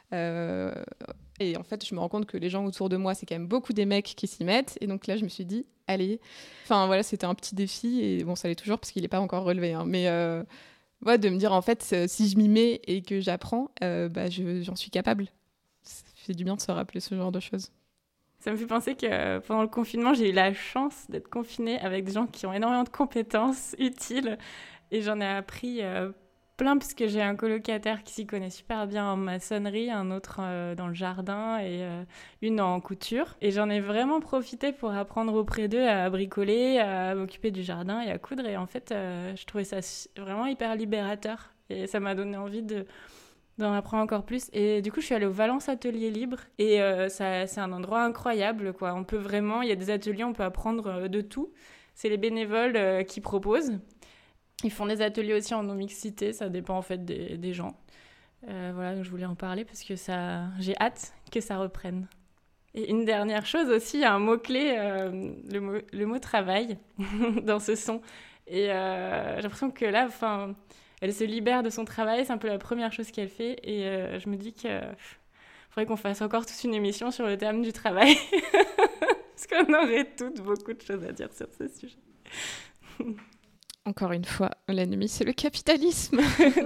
Et en fait, je me rends compte que les gens autour de moi, c'est quand même beaucoup des mecs qui s'y mettent. Et donc là, je me suis dit, allez. C'était un petit défi. Et bon, ça l'est toujours parce qu'il n'est pas encore relevé. Hein. Mais de me dire, en fait, si je m'y mets et que j'apprends, j'en suis capable. Ça fait du bien de se rappeler ce genre de choses. Ça me fait penser que pendant le confinement, j'ai eu la chance d'être confinée avec des gens qui ont énormément de compétences utiles. Et j'en ai appris plein parce que j'ai un colocataire qui s'y connaît super bien en maçonnerie, un autre dans le jardin et une en couture. Et j'en ai vraiment profité pour apprendre auprès d'eux à bricoler, à m'occuper du jardin et à coudre. Et en fait, je trouvais ça vraiment hyper libérateur. Et ça m'a donné envie d'en apprendre encore plus. Et du coup, je suis allée au Valence Atelier Libre. Et c'est un endroit incroyable, quoi. On peut vraiment, il y a des ateliers, on peut apprendre de tout. C'est les bénévoles qui proposent. Ils font des ateliers aussi en non-mixité, ça dépend en fait des gens. Voilà, donc je voulais en parler parce que j'ai hâte que ça reprenne. Et une dernière chose aussi, il y a un mot-clé, le mot travail dans ce son. Et j'ai l'impression que là, elle se libère de son travail, c'est un peu la première chose qu'elle fait. Et je me dis qu'il faudrait qu'on fasse encore toute une émission sur le terme du travail. Parce qu'on aurait beaucoup de choses à dire sur ce sujet. Encore une fois, l'ennemi, c'est le capitalisme.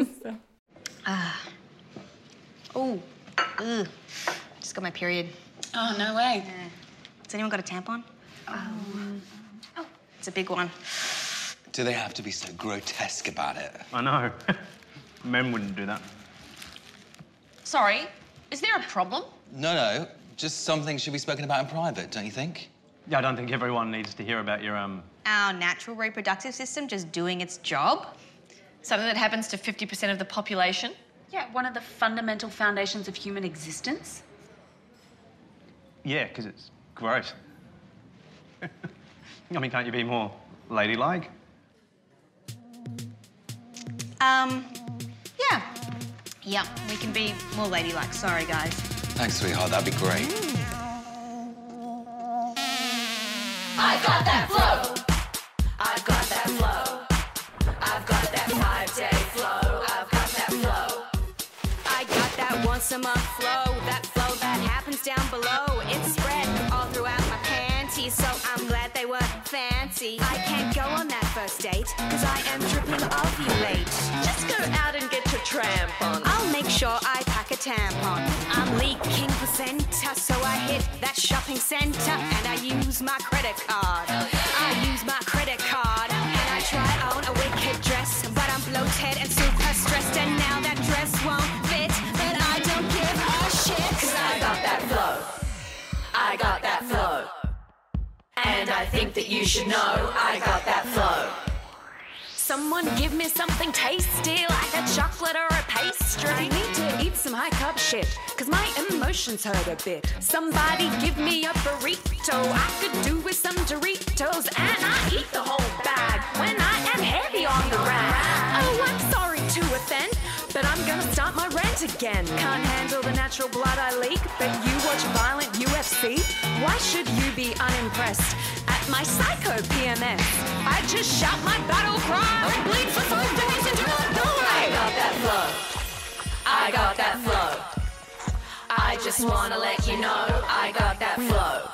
Oh, just got my period. Oh, no way. Has anyone got a tampon? Oh, it's a big one. Do they have to be so grotesque about it? I know. Men wouldn't do that. Sorry, is there a problem? No, just something should be spoken about in private, don't you think? Yeah, I don't think everyone needs to hear about your, Our natural reproductive system just doing its job? Something that happens to 50% of the population? Yeah, one of the fundamental foundations of human existence. Yeah, because it's gross. I mean, can't you be more ladylike? Yeah, we can be more ladylike. Sorry, guys. Thanks, sweetheart, that'd be great. I got that flow. I've got that flow. I've got that 5-day flow. I've got that flow. I got that once a month flow. That flow that happens down below. It's spread all throughout my panties, so I'm glad they were fancy. I can't go on that first date, cause I am dripping ovulate. Just go out and get your tramp on. I'll make sure I pack a tampon. I'm leaking placenta, so I hit that shopping centre and I use my credit card. I use my credit card and I try on a wicked dress, but I'm bloated and super stressed and now that dress won't fit, but I don't give a shit. Cause I got that flow. I got that flow. And I think that you should know I got that flow. Someone give me something tasty, like a chocolate or a pastry. I need to eat some high-carb shit, cause my emotions hurt a bit. Somebody give me a burrito, I could do with some Doritos, and I eat the whole bag when I am heavy on the rag. Oh, I'm sorry to offend, but I'm gonna start my rant again. Can't handle the natural blood I leak, but you watch violent UFC? Why should you be unimpressed? At my psycho PMS, I just shout my battle cry and bleed for 5 days until I die. I got that flow. I got that flow. I just wanna let you know I got that flow.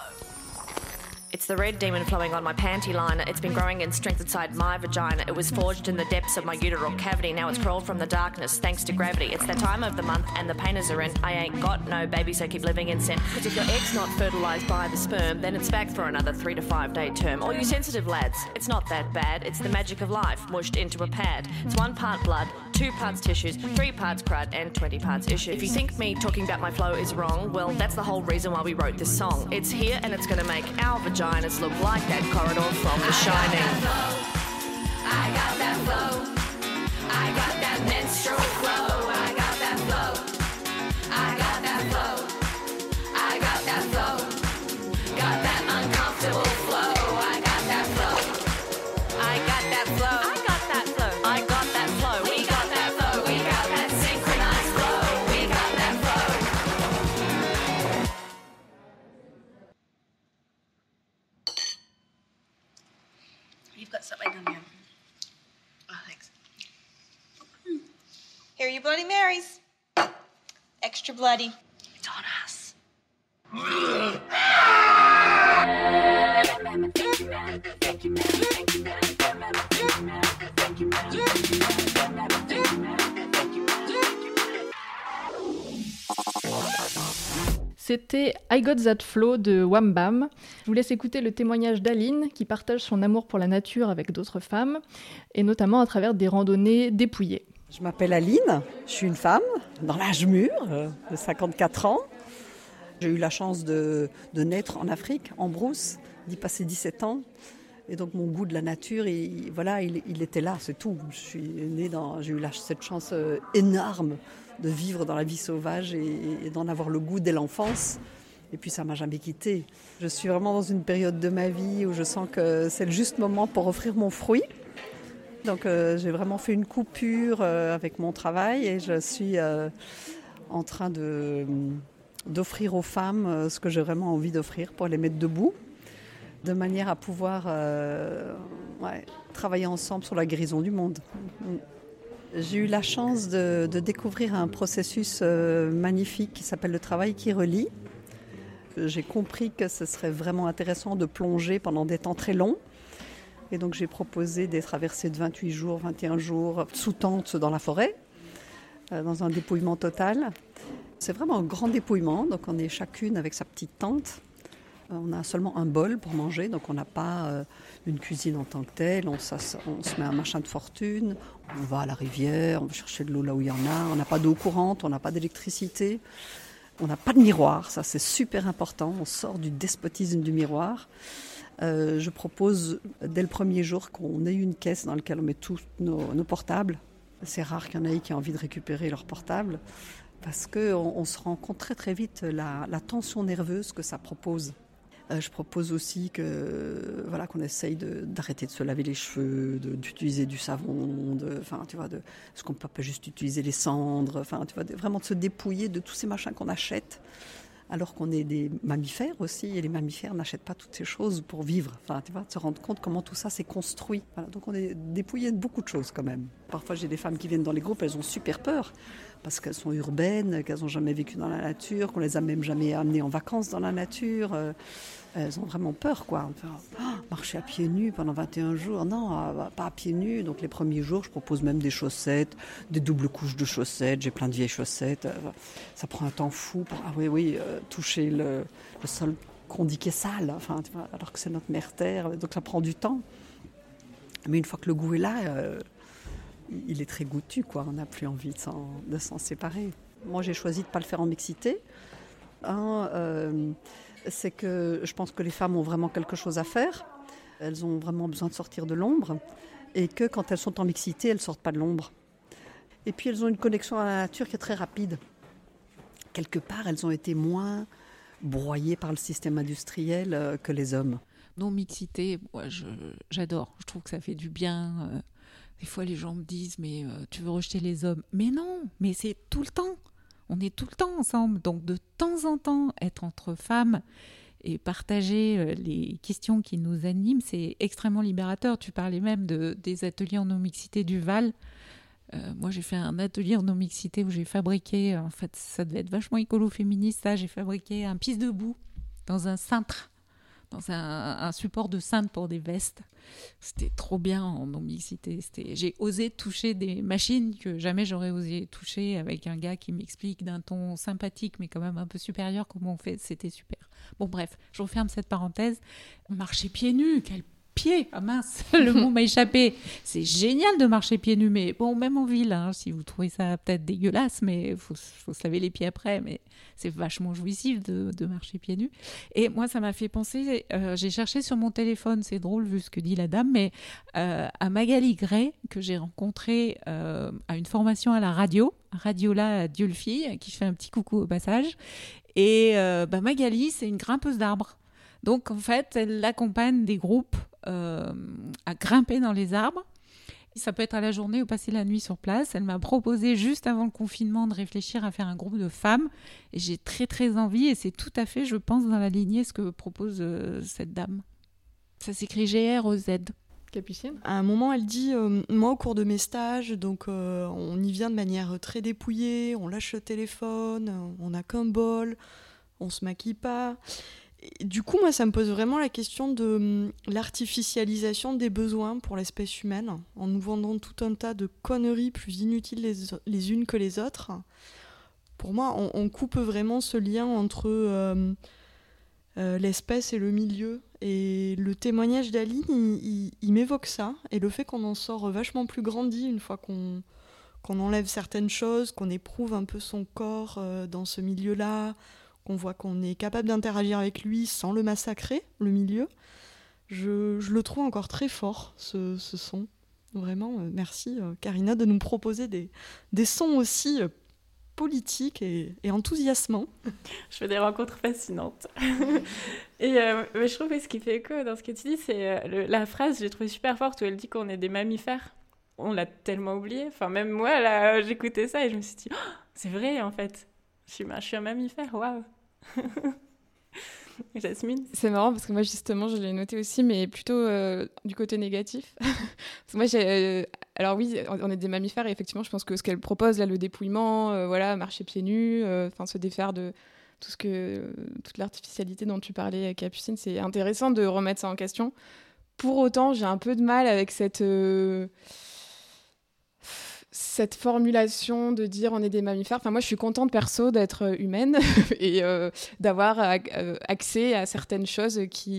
It's the red demon flowing on my panty liner. It's been growing in strength inside my vagina. It was forged in the depths of my uteral cavity. Now it's crawled from the darkness thanks to gravity. It's that time of the month and the painters are in. I ain't got no baby, so keep living in sin. Cause if your egg's not fertilised by the sperm, then it's back for another 3 to 5 day term. All you sensitive lads, it's not that bad. It's the magic of life mushed into a pad. It's 1 part blood, 2 parts tissues, 3 parts crud, and 20 parts issues. If you think me talking about my flow is wrong, well, that's the whole reason why we wrote this song. It's here and it's gonna make our vaginas look like that corridor from The Shining. I got that flow. I got that menstrual flow. I got that flow. I got that flow. I got that flow. Got that uncomfortable flow. I got that flow. I got that flow. I got that flow. I got that flow. We got that flow. We got that synchronized flow. We got that flow. You've got something on here. Oh, thanks. Here are your Bloody Marys. Extra bloody. It's on us. C'était I Got That Flow de Wham Bam. Je vous laisse écouter le témoignage d'Aline qui partage son amour pour la nature avec d'autres femmes et notamment à travers des randonnées dépouillées. Je m'appelle Aline, je suis une femme dans l'âge mûr, de 54 ans. J'ai eu la chance de naître en Afrique, en brousse, d'y passer 17 ans. Et donc mon goût de la nature, il était là, c'est tout. J'ai eu cette chance énorme de vivre dans la vie sauvage et d'en avoir le goût dès l'enfance. Et puis ça ne m'a jamais quittée. Je suis vraiment dans une période de ma vie où je sens que c'est le juste moment pour offrir mon fruit. Donc j'ai vraiment fait une coupure avec mon travail et je suis en train d'offrir aux femmes ce que j'ai vraiment envie d'offrir pour les mettre debout, de manière à pouvoir travailler ensemble sur la guérison du monde. J'ai eu la chance de découvrir un processus magnifique qui s'appelle le travail qui relie. J'ai compris que ce serait vraiment intéressant de plonger pendant des temps très longs. Et donc j'ai proposé des traversées de 28 jours, 21 jours, sous tente dans la forêt, dans un dépouillement total. C'est vraiment un grand dépouillement, donc on est chacune avec sa petite tente. On a seulement un bol pour manger, donc on n'a pas une cuisine en tant que telle. On se met un machin de fortune, on va à la rivière, on va chercher de l'eau là où il y en a. On n'a pas d'eau courante, on n'a pas d'électricité, on n'a pas de miroir, ça c'est super important. On sort du despotisme du miroir. Je propose dès le premier jour qu'on ait une caisse dans laquelle on met tous nos portables. C'est rare qu'il y en ait qui aient envie de récupérer leurs portables parce qu'on se rend compte très très vite la tension nerveuse que ça propose. Je propose aussi qu'on essaye d'arrêter de se laver les cheveux, d'utiliser du savon, est-ce qu'on peut pas juste utiliser les cendres, vraiment de se dépouiller de tous ces machins qu'on achète. Alors qu'on est des mammifères aussi, et les mammifères n'achètent pas toutes ces choses pour vivre. De se rendre compte comment tout ça s'est construit. Voilà, donc on est dépouillé de beaucoup de choses quand même. Parfois j'ai des femmes qui viennent dans les groupes, elles ont super peur, parce qu'elles sont urbaines, qu'elles n'ont jamais vécu dans la nature, qu'on les a même jamais amenées en vacances dans la nature. Elles ont vraiment peur, quoi. Marcher à pieds nus pendant 21 jours, non, pas à pieds nus. Donc les premiers jours, je propose même des chaussettes, des doubles couches de chaussettes. J'ai plein de vieilles chaussettes. Ça prend un temps fou pour toucher le sol qu'on dit qui est sale, alors que c'est notre mère terre. Donc ça prend du temps. Mais une fois que le goût est là, il est très goûtu, quoi. On n'a plus envie de s'en séparer. Moi, j'ai choisi de ne pas le faire en mixité. C'est que je pense que les femmes ont vraiment quelque chose à faire. Elles ont vraiment besoin de sortir de l'ombre. Et que quand elles sont en mixité, elles ne sortent pas de l'ombre. Et puis elles ont une connexion à la nature qui est très rapide. Quelque part, elles ont été moins broyées par le système industriel que les hommes. Non-mixité, moi j'adore. Je trouve que ça fait du bien. Des fois, les gens me disent « mais tu veux rejeter les hommes ?» Mais non, mais c'est tout le temps. On est tout le temps ensemble, donc de temps en temps, être entre femmes et partager les questions qui nous animent, c'est extrêmement libérateur. Tu parlais même des ateliers en non-mixité du Val. Moi, j'ai fait un atelier en non-mixité où j'ai fabriqué, en fait, ça devait être vachement écolo-féministe, ça, j'ai fabriqué un pisse debout dans un cintre, dans un support de cintre pour des vestes. C'était trop bien en non-mixité. J'ai osé toucher des machines que jamais j'aurais osé toucher, avec un gars qui m'explique d'un ton sympathique mais quand même un peu supérieur comment on fait. C'était super. Bon bref, je referme cette parenthèse. Marcher pieds nus, quel pied, ah mince, le mot m'a échappé. C'est génial de marcher pieds nus, mais bon, même en ville, si vous trouvez ça peut-être dégueulasse, mais faut se laver les pieds après, mais c'est vachement jouissif de marcher pieds nus. Et moi, ça m'a fait penser, j'ai cherché sur mon téléphone, c'est drôle vu ce que dit la dame, mais à Magali Gray, que j'ai rencontrée à une formation à la Radiola Diolfi, qui fait un petit coucou au passage. Et Magali, c'est une grimpeuse d'arbres. Donc, en fait, elle accompagne des groupes à grimper dans les arbres. Ça peut être à la journée ou passer la nuit sur place. Elle m'a proposé, juste avant le confinement, de réfléchir à faire un groupe de femmes. Et j'ai très, très envie. Et c'est tout à fait, je pense, dans la lignée ce que propose cette dame. Ça s'écrit G-R-E-Z. Capucine ? À un moment, elle dit moi, au cours de mes stages, donc on y vient de manière très dépouillée. On lâche le téléphone, on n'a qu'un bol, on se maquille pas. Du coup, moi, ça me pose vraiment la question de l'artificialisation des besoins pour l'espèce humaine, en nous vendant tout un tas de conneries plus inutiles les unes que les autres. Pour moi, on coupe vraiment ce lien entre l'espèce et le milieu. Et le témoignage d'Aline, il m'évoque ça. Et le fait qu'on en sort vachement plus grandi une fois qu'on qu'on enlève certaines choses, qu'on éprouve un peu son corps dans ce milieu-là, qu'on voit qu'on est capable d'interagir avec lui sans le massacrer, le milieu. Je le trouve encore très fort, ce son. Vraiment, merci Karina de nous proposer des sons aussi politiques et enthousiasmants. Je fais des rencontres fascinantes. Et mais je trouve que ce qui fait écho dans ce que tu dis, c'est la phrase, j'ai trouvé super forte, où elle dit qu'on est des mammifères. On l'a tellement oublié. Enfin, même moi, là, j'écoutais ça et je me suis dit, oh, c'est vrai, en fait. Je suis un mammifère, waouh. Jasmine? C'est marrant parce que moi, justement, je l'ai noté aussi, mais plutôt du côté négatif. Parce que moi, alors oui, on est des mammifères et effectivement, je pense que ce qu'elle propose, là, le dépouillement, voilà, marcher pieds nus, se défaire de toute l'artificialité dont tu parlais, Capucine, c'est intéressant de remettre ça en question. Pour autant, j'ai un peu de mal avec cette formulation de dire on est des mammifères. Enfin, moi, je suis contente, perso, d'être humaine et d'avoir accès à certaines choses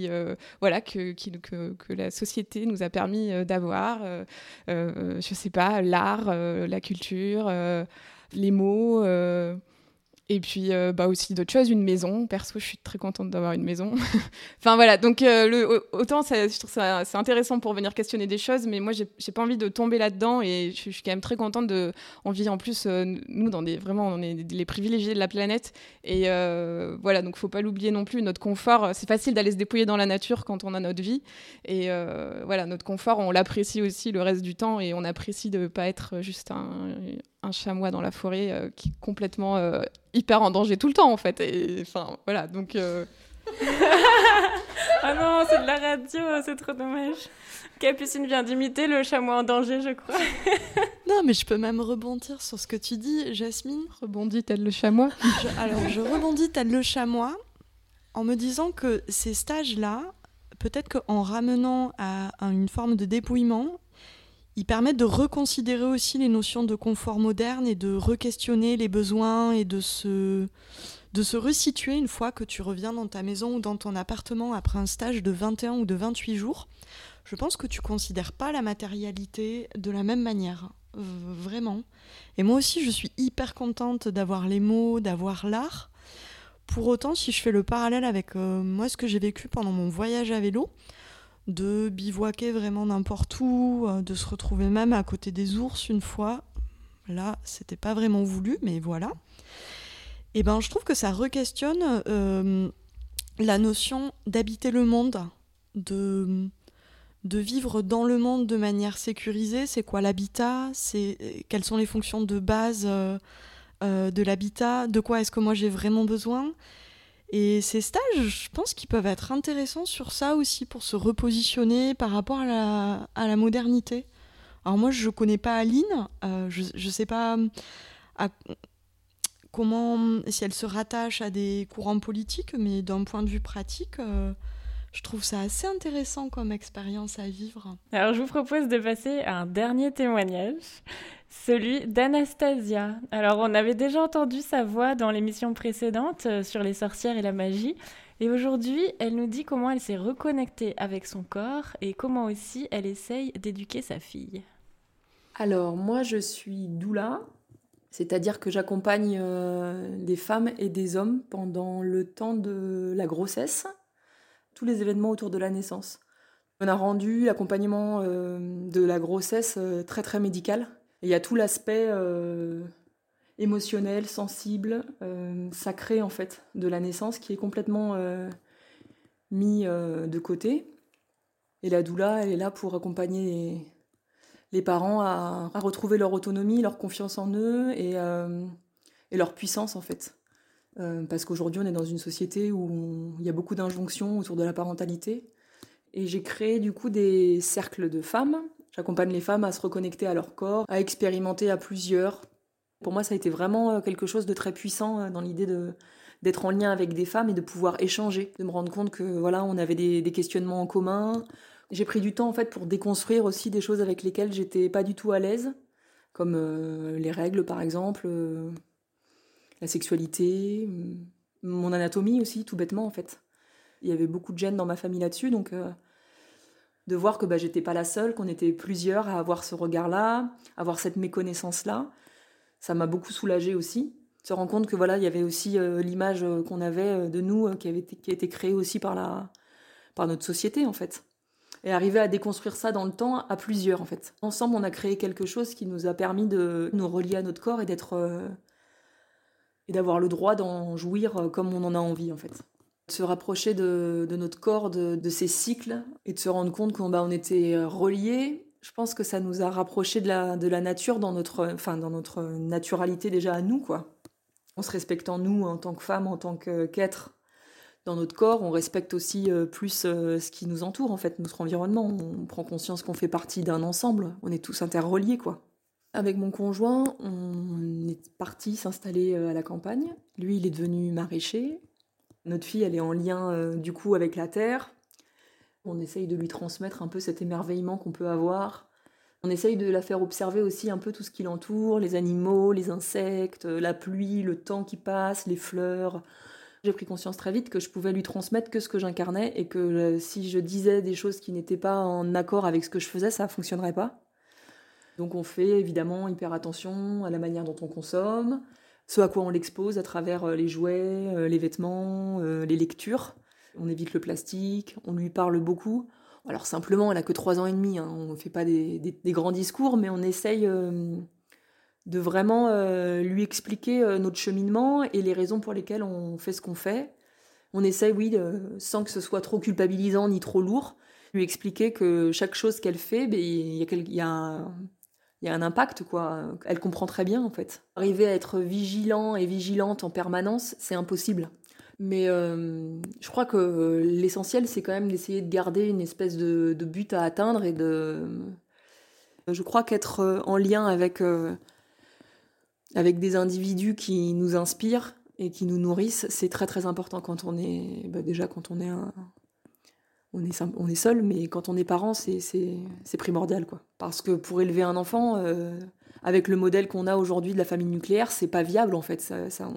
que la société nous a permis d'avoir. Je sais pas, l'art, la culture, les mots... Et puis aussi d'autres choses, une maison. Perso, je suis très contente d'avoir une maison. Enfin voilà, donc autant je trouve ça c'est intéressant pour venir questionner des choses, mais moi j'ai pas envie de tomber là-dedans et je suis quand même très contente on vit en plus nous on est les privilégiés de la planète et voilà, donc faut pas l'oublier non plus, notre confort, c'est facile d'aller se dépouiller dans la nature quand on a notre vie et voilà, notre confort on l'apprécie aussi le reste du temps et on apprécie de pas être juste un chamois dans la forêt qui est complètement hyper en danger tout le temps en fait et enfin voilà donc ah non, c'est de la radio, c'est trop dommage. Capucine vient d'imiter le chamois en danger, je crois. Non, mais je peux même rebondir sur ce que tu dis, Jasmine. Rebondis tel le chamois. Je rebondis tel le chamois en me disant que ces stages-là, peut-être qu'en ramenant à une forme de dépouillement, ils permettent de reconsidérer aussi les notions de confort moderne et de re-questionner les besoins et de se resituer une fois que tu reviens dans ta maison ou dans ton appartement après un stage de 21 ou de 28 jours. Je pense que tu ne considères pas la matérialité de la même manière, vraiment. Et moi aussi, je suis hyper contente d'avoir les mots, d'avoir l'art. Pour autant, si je fais le parallèle avec moi, ce que j'ai vécu pendant mon voyage à vélo, de bivouaquer vraiment n'importe où, de se retrouver même à côté des ours une fois. Là, c'était pas vraiment voulu, mais voilà. Et ben, je trouve que ça re-questionne la notion d'habiter le monde, de vivre dans le monde de manière sécurisée. C'est quoi l'habitat ? Quelles sont les fonctions de base de l'habitat ? De quoi est-ce que moi j'ai vraiment besoin ? Et ces stages, je pense qu'ils peuvent être intéressants sur ça aussi, pour se repositionner par rapport à la modernité. Alors moi, je ne connais pas Aline, je ne sais pas si elle se rattache à des courants politiques, mais d'un point de vue pratique, je trouve ça assez intéressant comme expérience à vivre. Alors je vous propose de passer à un dernier témoignage. Celui d'Anastasia. Alors, on avait déjà entendu sa voix dans l'émission précédente sur les sorcières et la magie. Et aujourd'hui, elle nous dit comment elle s'est reconnectée avec son corps et comment aussi elle essaye d'éduquer sa fille. Alors, moi, je suis doula, c'est-à-dire que j'accompagne des femmes et des hommes pendant le temps de la grossesse, tous les événements autour de la naissance. On a rendu l'accompagnement de la grossesse très, très médical. Il y a tout l'aspect émotionnel, sensible, sacré en fait, de la naissance qui est complètement mis de côté. Et la doula, elle est là pour accompagner les parents à retrouver leur autonomie, leur confiance en eux et leur puissance en fait. Parce qu'aujourd'hui, on est dans une société où il y a beaucoup d'injonctions autour de la parentalité. Et j'ai créé du coup des cercles de femmes. J'accompagne les femmes à se reconnecter à leur corps, à expérimenter à plusieurs. Pour moi, ça a été vraiment quelque chose de très puissant dans l'idée d'être en lien avec des femmes et de pouvoir échanger, de me rendre compte que voilà, on avait des questionnements en commun. J'ai pris du temps en fait pour déconstruire aussi des choses avec lesquelles j'étais pas du tout à l'aise, comme les règles par exemple, la sexualité, mon anatomie aussi, tout bêtement en fait. Il y avait beaucoup de gènes dans ma famille là-dessus, donc de voir que j'étais pas la seule, qu'on était plusieurs à avoir ce regard-là, avoir cette méconnaissance-là. Ça m'a beaucoup soulagée aussi. Se rendre compte que il y avait aussi l'image qu'on avait de nous qui a été créée aussi par notre société en fait. Et arriver à déconstruire ça dans le temps à plusieurs en fait. Ensemble, on a créé quelque chose qui nous a permis de nous relier à notre corps et et d'avoir le droit d'en jouir comme on en a envie en fait. De se rapprocher de notre corps, de ses cycles et de se rendre compte qu'on était reliés. Je pense que ça nous a rapprochés de la nature dans notre naturalité déjà à nous quoi. En se respectant nous en tant que femmes, en tant qu'êtres dans notre corps, on respecte aussi plus ce qui nous entoure, en fait, notre environnement. On prend conscience qu'on fait partie d'un ensemble. On est tous interreliés, quoi. Avec mon conjoint, on est parti s'installer à la campagne. Lui, il est devenu maraîcher. Notre fille, elle est en lien, du coup, avec la terre. On essaye de lui transmettre un peu cet émerveillement qu'on peut avoir. On essaye de la faire observer aussi un peu tout ce qui l'entoure, les animaux, les insectes, la pluie, le temps qui passe, les fleurs. J'ai pris conscience très vite que je pouvais lui transmettre que ce que j'incarnais et que si je disais des choses qui n'étaient pas en accord avec ce que je faisais, ça ne fonctionnerait pas. Donc on fait évidemment hyper attention à la manière dont on consomme, ce à quoi on l'expose à travers les jouets, les vêtements, les lectures. On évite le plastique, on lui parle beaucoup. Alors simplement, elle a que 3 ans et demi, hein. On ne fait pas des grands discours, mais on essaye de vraiment lui expliquer notre cheminement et les raisons pour lesquelles on fait ce qu'on fait. On essaye, oui, sans que ce soit trop culpabilisant ni trop lourd, lui expliquer que chaque chose qu'elle fait, il y a un impact, quoi. Elle comprend très bien, en fait. Arriver à être vigilant et vigilante en permanence, c'est impossible. Mais je crois que l'essentiel, c'est quand même d'essayer de garder une espèce de but à atteindre et je crois qu'être en lien avec des individus qui nous inspirent et qui nous nourrissent, c'est très très important quand on est déjà quand on est seul, mais quand on est parent, c'est primordial quoi. Parce que pour élever un enfant, avec le modèle qu'on a aujourd'hui de la famille nucléaire, c'est pas viable en fait.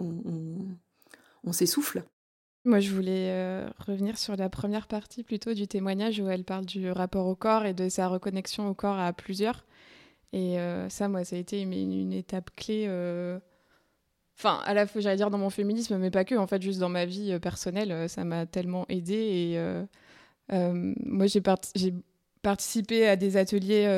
On s'essouffle. Moi, je voulais revenir sur la première partie plutôt du témoignage où elle parle du rapport au corps et de sa reconnexion au corps à plusieurs. Et ça, moi, ça a été une étape clé. Enfin, à la fois, j'allais dire dans mon féminisme, mais pas que. En fait, juste dans ma vie personnelle, ça m'a tellement aidée. Et moi, j'ai participé à des ateliers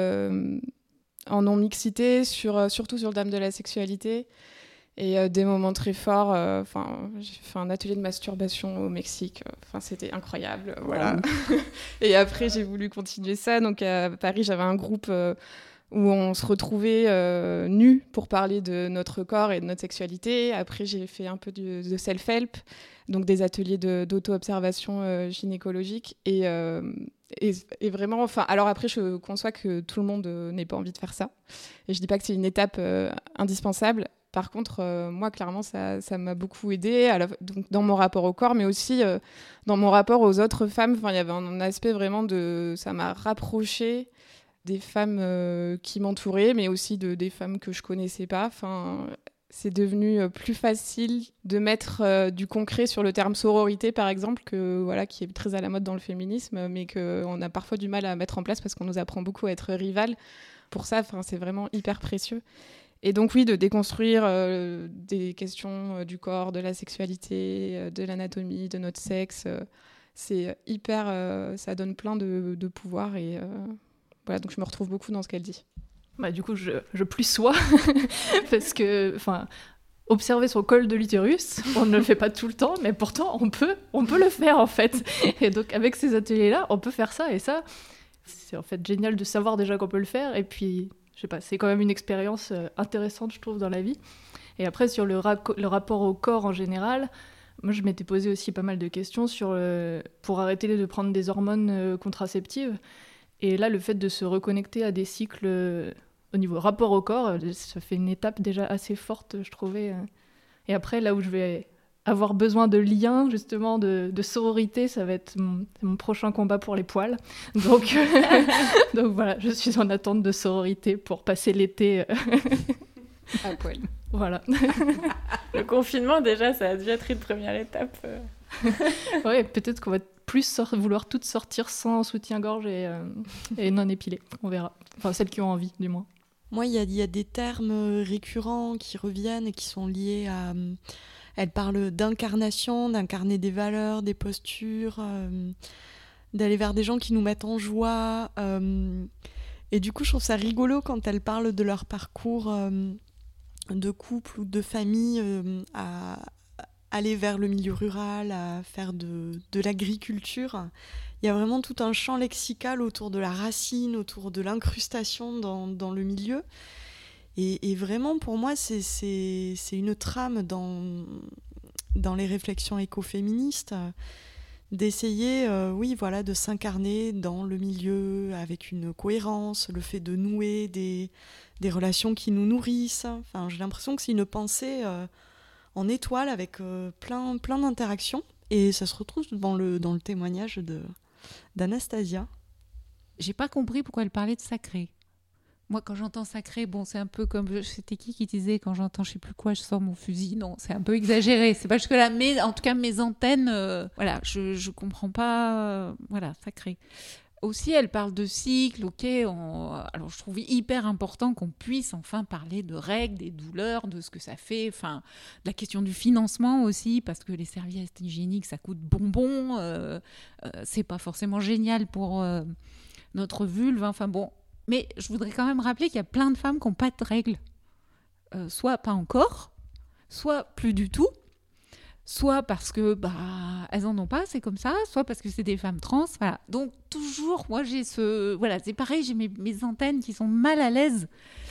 en non-mixité, surtout sur le thème de la sexualité. Et des moments très forts. J'ai fait un atelier de masturbation au Mexique. C'était incroyable. Voilà. Et après, j'ai voulu continuer ça. Donc, à Paris, j'avais un groupe où on se retrouvait nus pour parler de notre corps et de notre sexualité. Après, j'ai fait un peu de self-help, donc des ateliers d'auto-observation gynécologique. Et vraiment, alors après, je conçois que tout le monde n'ait pas envie de faire ça. Et je dis pas que c'est une étape indispensable. Par contre, moi, clairement, ça m'a beaucoup aidée donc, dans mon rapport au corps, mais aussi dans mon rapport aux autres femmes. Il y avait un aspect vraiment ça m'a rapprochée des femmes qui m'entouraient, mais aussi des femmes que je connaissais pas. C'est devenu plus facile de mettre du concret sur le terme sororité, par exemple, qui est très à la mode dans le féminisme, mais qu'on a parfois du mal à mettre en place parce qu'on nous apprend beaucoup à être rivales. Pour ça, c'est vraiment hyper précieux. Et donc oui, de déconstruire des questions du corps, de la sexualité, de l'anatomie, de notre sexe, c'est hyper... ça donne plein de pouvoir et voilà, donc je me retrouve beaucoup dans ce qu'elle dit. Du coup, je plus sois, parce que observer son col de l'utérus, on ne le fait pas tout le temps, mais pourtant on peut le faire en fait. Et donc avec ces ateliers-là, on peut faire ça, et ça, c'est en fait génial de savoir déjà qu'on peut le faire, et puis... Je sais pas, c'est quand même une expérience intéressante, je trouve, dans la vie. Et après, sur le rapport au corps en général, moi, je m'étais posé aussi pas mal de questions pour arrêter de prendre des hormones contraceptives. Et là, le fait de se reconnecter à des cycles au niveau rapport au corps, ça fait une étape déjà assez forte, je trouvais. Et après, là où je vais avoir besoin de liens, justement, de sororité, ça va être mon prochain combat pour les poils. Donc voilà, je suis en attente de sororité pour passer l'été à poil. Voilà. Le confinement, déjà, ça a dû être une première étape. Oui, peut-être qu'on va plus vouloir toutes sortir sans soutien-gorge et non épilées. On verra. Enfin, celles qui ont envie, du moins. Moi, il y a des termes récurrents qui reviennent et qui sont liés à... Elle parle d'incarnation, d'incarner des valeurs, des postures, d'aller vers des gens qui nous mettent en joie. Et du coup, je trouve ça rigolo quand elle parle de leur parcours de couple ou de famille à aller vers le milieu rural, à faire de l'agriculture. Il y a vraiment tout un champ lexical autour de la racine, autour de l'incrustation dans le milieu. Et vraiment, pour moi, c'est une trame dans les réflexions écoféministes, d'essayer de s'incarner dans le milieu avec une cohérence, le fait de nouer des relations qui nous nourrissent. Enfin, j'ai l'impression que c'est une pensée en étoile avec plein d'interactions. Et ça se retrouve dans le témoignage d'Anastasia. J'ai pas compris pourquoi elle parlait de sacré. Moi, quand j'entends sacré, bon, c'est un peu comme... C'était qui disait, quand j'entends je sais plus quoi, je sors mon fusil. Non, c'est un peu exagéré. C'est pas jusque-là. Mais en tout cas, mes antennes, voilà, je comprends pas... voilà, sacré. Aussi, elle parle de cycle, ok. Alors, je trouve hyper important qu'on puisse enfin parler de règles, des douleurs, de ce que ça fait. Enfin, de la question du financement aussi, parce que les serviettes hygiéniques, ça coûte bonbon. C'est pas forcément génial pour notre vulve. Enfin bon... Mais je voudrais quand même rappeler qu'il y a plein de femmes qui n'ont pas de règles. Soit pas encore, soit plus du tout, soit parce que elles en ont pas, c'est comme ça, soit parce que c'est des femmes trans. Voilà. Donc toujours, moi j'ai voilà, c'est pareil, j'ai mes antennes qui sont mal à l'aise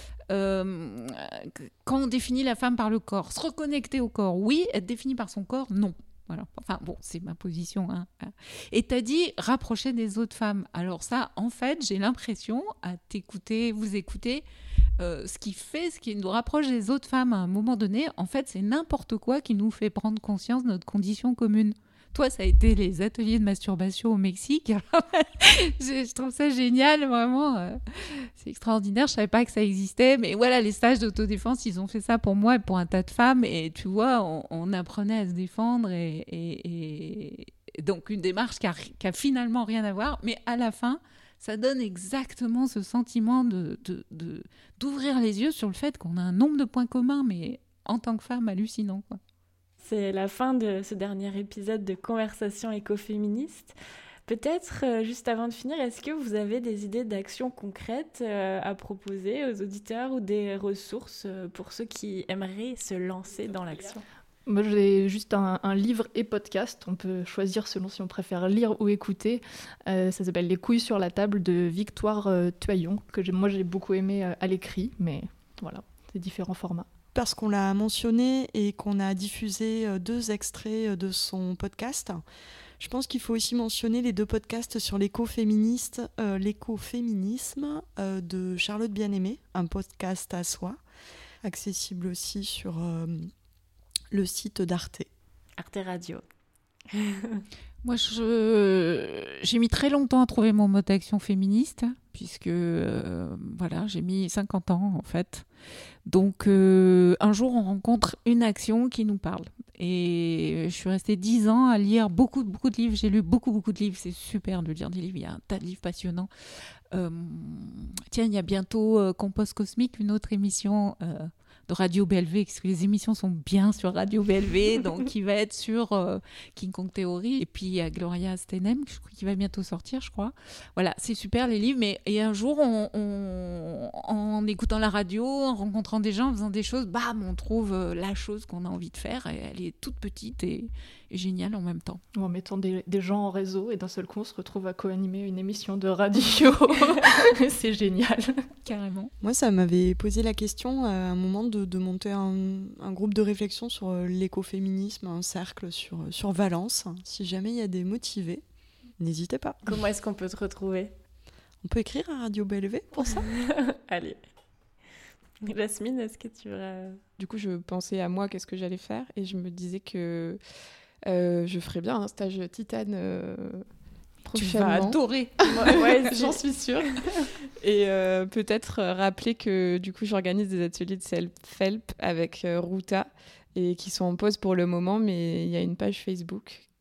quand on définit la femme par le corps. Se reconnecter au corps, oui. Être définie par son corps, non. Voilà. Enfin bon, c'est ma position. Hein. Et t'as dit rapprocher des autres femmes. Alors ça, en fait, j'ai l'impression à vous écouter, ce qui nous rapproche des autres femmes à un moment donné, en fait, c'est n'importe quoi qui nous fait prendre conscience de notre condition commune. Toi, ça a été les ateliers de masturbation au Mexique. Je trouve ça génial, vraiment. C'est extraordinaire. Je ne savais pas que ça existait. Mais voilà, les stages d'autodéfense, ils ont fait ça pour moi et pour un tas de femmes. Et tu vois, on apprenait à se défendre. Et donc, une démarche qui a finalement rien à voir. Mais à la fin, ça donne exactement ce sentiment d'ouvrir les yeux sur le fait qu'on a un nombre de points communs, mais en tant que femme, hallucinant, quoi. C'est la fin de ce dernier épisode de Conversation écoféministe. Peut-être, juste avant de finir, est-ce que vous avez des idées d'actions concrètes à proposer aux auditeurs ou des ressources pour ceux qui aimeraient se lancer dans l'action ? Moi, j'ai juste un livre et podcast. On peut choisir selon si on préfère lire ou écouter. Ça s'appelle « Les couilles sur la table » de Victoire Tuaillon, que moi j'ai beaucoup aimé à l'écrit, mais voilà, c'est différents formats. Parce qu'on l'a mentionné et qu'on a diffusé 2 extraits de son podcast. Je pense qu'il faut aussi mentionner les 2 podcasts sur l'écoféminisme de Charlotte Bien-Aimée, un podcast à soi, accessible aussi sur le site d'Arte. Arte Radio. Moi, j'ai mis très longtemps à trouver mon mode d'action féministe, puisque voilà, j'ai mis 50 ans en fait. Donc, un jour, on rencontre une action qui nous parle. Et je suis restée 10 ans à lire beaucoup de livres. J'ai lu beaucoup de livres. C'est super de lire des livres. Il y a un tas de livres passionnants. Tiens, il y a bientôt Compost Cosmique, une autre émission de Radio BLV, parce que les émissions sont bien sur Radio BLV, donc qui va être sur King Kong Theory. Et puis il y a Gloria Steinem qui va bientôt sortir, je crois. Voilà, c'est super les livres. Mais et un jour, en écoutant la radio, en rencontrant des gens, en faisant des choses, bam, on trouve la chose qu'on a envie de faire. Et elle est toute petite et géniale en même temps. En mettant des gens en réseau et d'un seul coup, on se retrouve à co-animer une émission de radio. C'est génial. Carrément. Moi, ça m'avait posé la question à un moment de monter un groupe de réflexion sur l'écoféminisme, un cercle sur Valence. Si jamais il y a des motivés, n'hésitez pas. Comment est-ce qu'on peut te retrouver ? On peut écrire à Radio BLV pour ça. Allez. Jasmine, est-ce que tu veux... Du coup, je pensais à moi, qu'est-ce que j'allais faire, et je me disais que je ferais bien un stage titane prochainement. Tu vas adorer. Ouais, j'en suis sûre. Et peut-être rappeler que du coup, j'organise des ateliers de self-help avec Ruta, et qui sont en pause pour le moment, mais il y a une page Facebook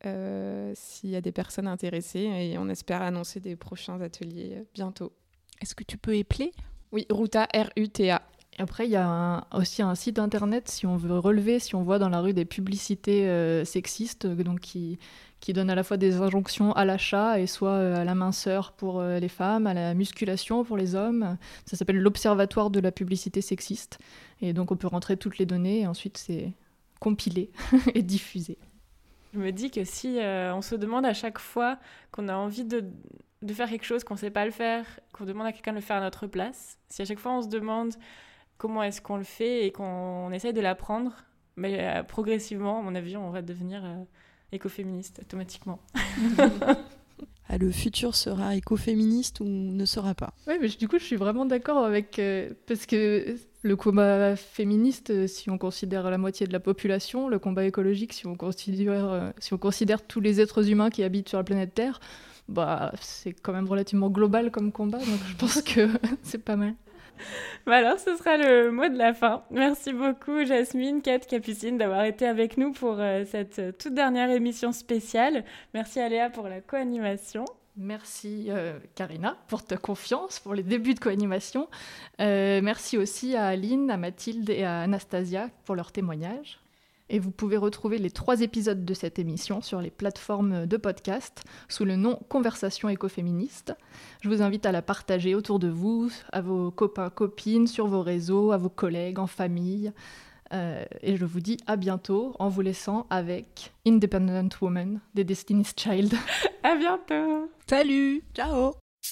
s'il y a des personnes intéressées, et on espère annoncer des prochains ateliers bientôt. Est-ce que tu peux épeler ? Oui, Ruta, RUTA. Et après, il y a aussi un site internet si on veut relever, si on voit dans la rue des publicités sexistes, donc qui donnent à la fois des injonctions à l'achat et soit à la minceur pour les femmes, à la musculation pour les hommes. Ça s'appelle l'Observatoire de la publicité sexiste. Et donc on peut rentrer toutes les données et ensuite c'est compilé et diffusé. Je me dis que si on se demande à chaque fois qu'on a envie de faire quelque chose, qu'on ne sait pas le faire, qu'on demande à quelqu'un de le faire à notre place, si à chaque fois on se demande comment est-ce qu'on le fait et qu'on essaye de l'apprendre, mais progressivement, à mon avis, on va devenir écoféministe automatiquement. Le futur sera écoféministe ou ne sera pas. Oui, mais du coup, je suis vraiment d'accord avec... parce que le combat féministe, si on considère la moitié de la population, le combat écologique, si on considère tous les êtres humains qui habitent sur la planète Terre, c'est quand même relativement global comme combat, donc je pense que c'est pas mal. Alors, ce sera le mot de la fin. Merci beaucoup, Jasmine, Kate, Capucine, d'avoir été avec nous pour cette toute dernière émission spéciale. Merci à Léa pour la co-animation. Merci Karina pour ta confiance, pour les débuts de co-animation. Merci aussi à Aline, à Mathilde et à Anastasia pour leurs témoignages. Et vous pouvez retrouver les 3 épisodes de cette émission sur les plateformes de podcast sous le nom Conversation écoféministe. Je vous invite à la partager autour de vous, à vos copains, copines, sur vos réseaux, à vos collègues, en famille. Et je vous dis à bientôt en vous laissant avec Independent Woman des Destiny's Child. À bientôt. Salut. Ciao.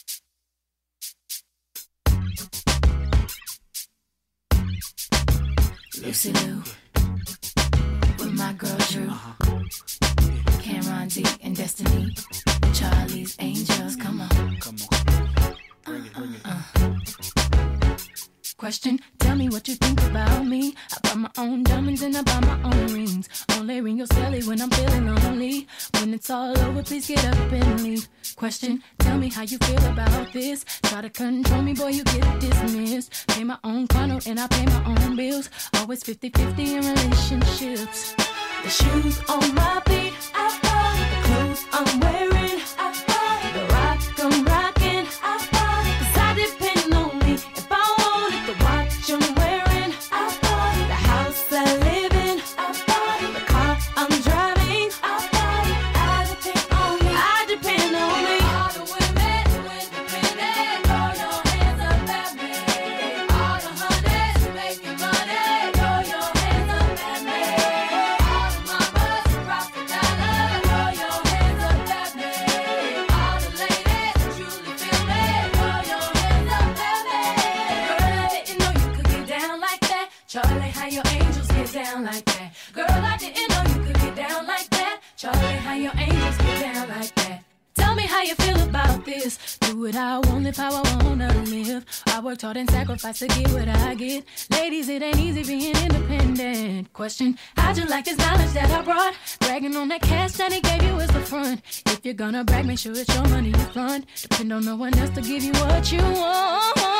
Lucy Lou. My girl Drew, Cameron D and Destiny, Charlie's Angels, come on. Bring it. Question, tell me what you think about me. I buy my own diamonds and I buy my own rings. Only ring your celly when I'm feeling lonely. When it's all over, please get up and leave. Question, tell me how you feel about this. Try to control me, boy, you get dismissed. Pay my own condo and I pay my own bills. Always 50-50 in relationships. The shoes on my feet, I buy. The clothes I'm wearing, I buy. The rock I'm rocking, I buy. 'Cause I depend on me. If I want it, the watch I'm wearing, I buy. The house I live in, I buy. The car I'm driving, I buy. I depend on me. I depend on me. All the women who independent, throw your hands up at me. All the honeys making money, throw your hands up at me. All the mamas who rock the dollar, throw your hands up at me. All the ladies who truly feel me, throw your hands up at me. Girl, I didn't know you could get down like that. Charlie, how your angels get down like that. Girl, I didn't know you could get down like that. Charlie, how your angels get down like that. Tell me how you feel about this. Do what I want, live how I wanna live. I worked hard and sacrificed to get what I get. Ladies, it ain't easy being independent. Question, how'd you like this knowledge that I brought? Bragging on that cash that he gave you is the front. If you're gonna brag, make sure it's your money you fund. Depend on no one else to give you what you want.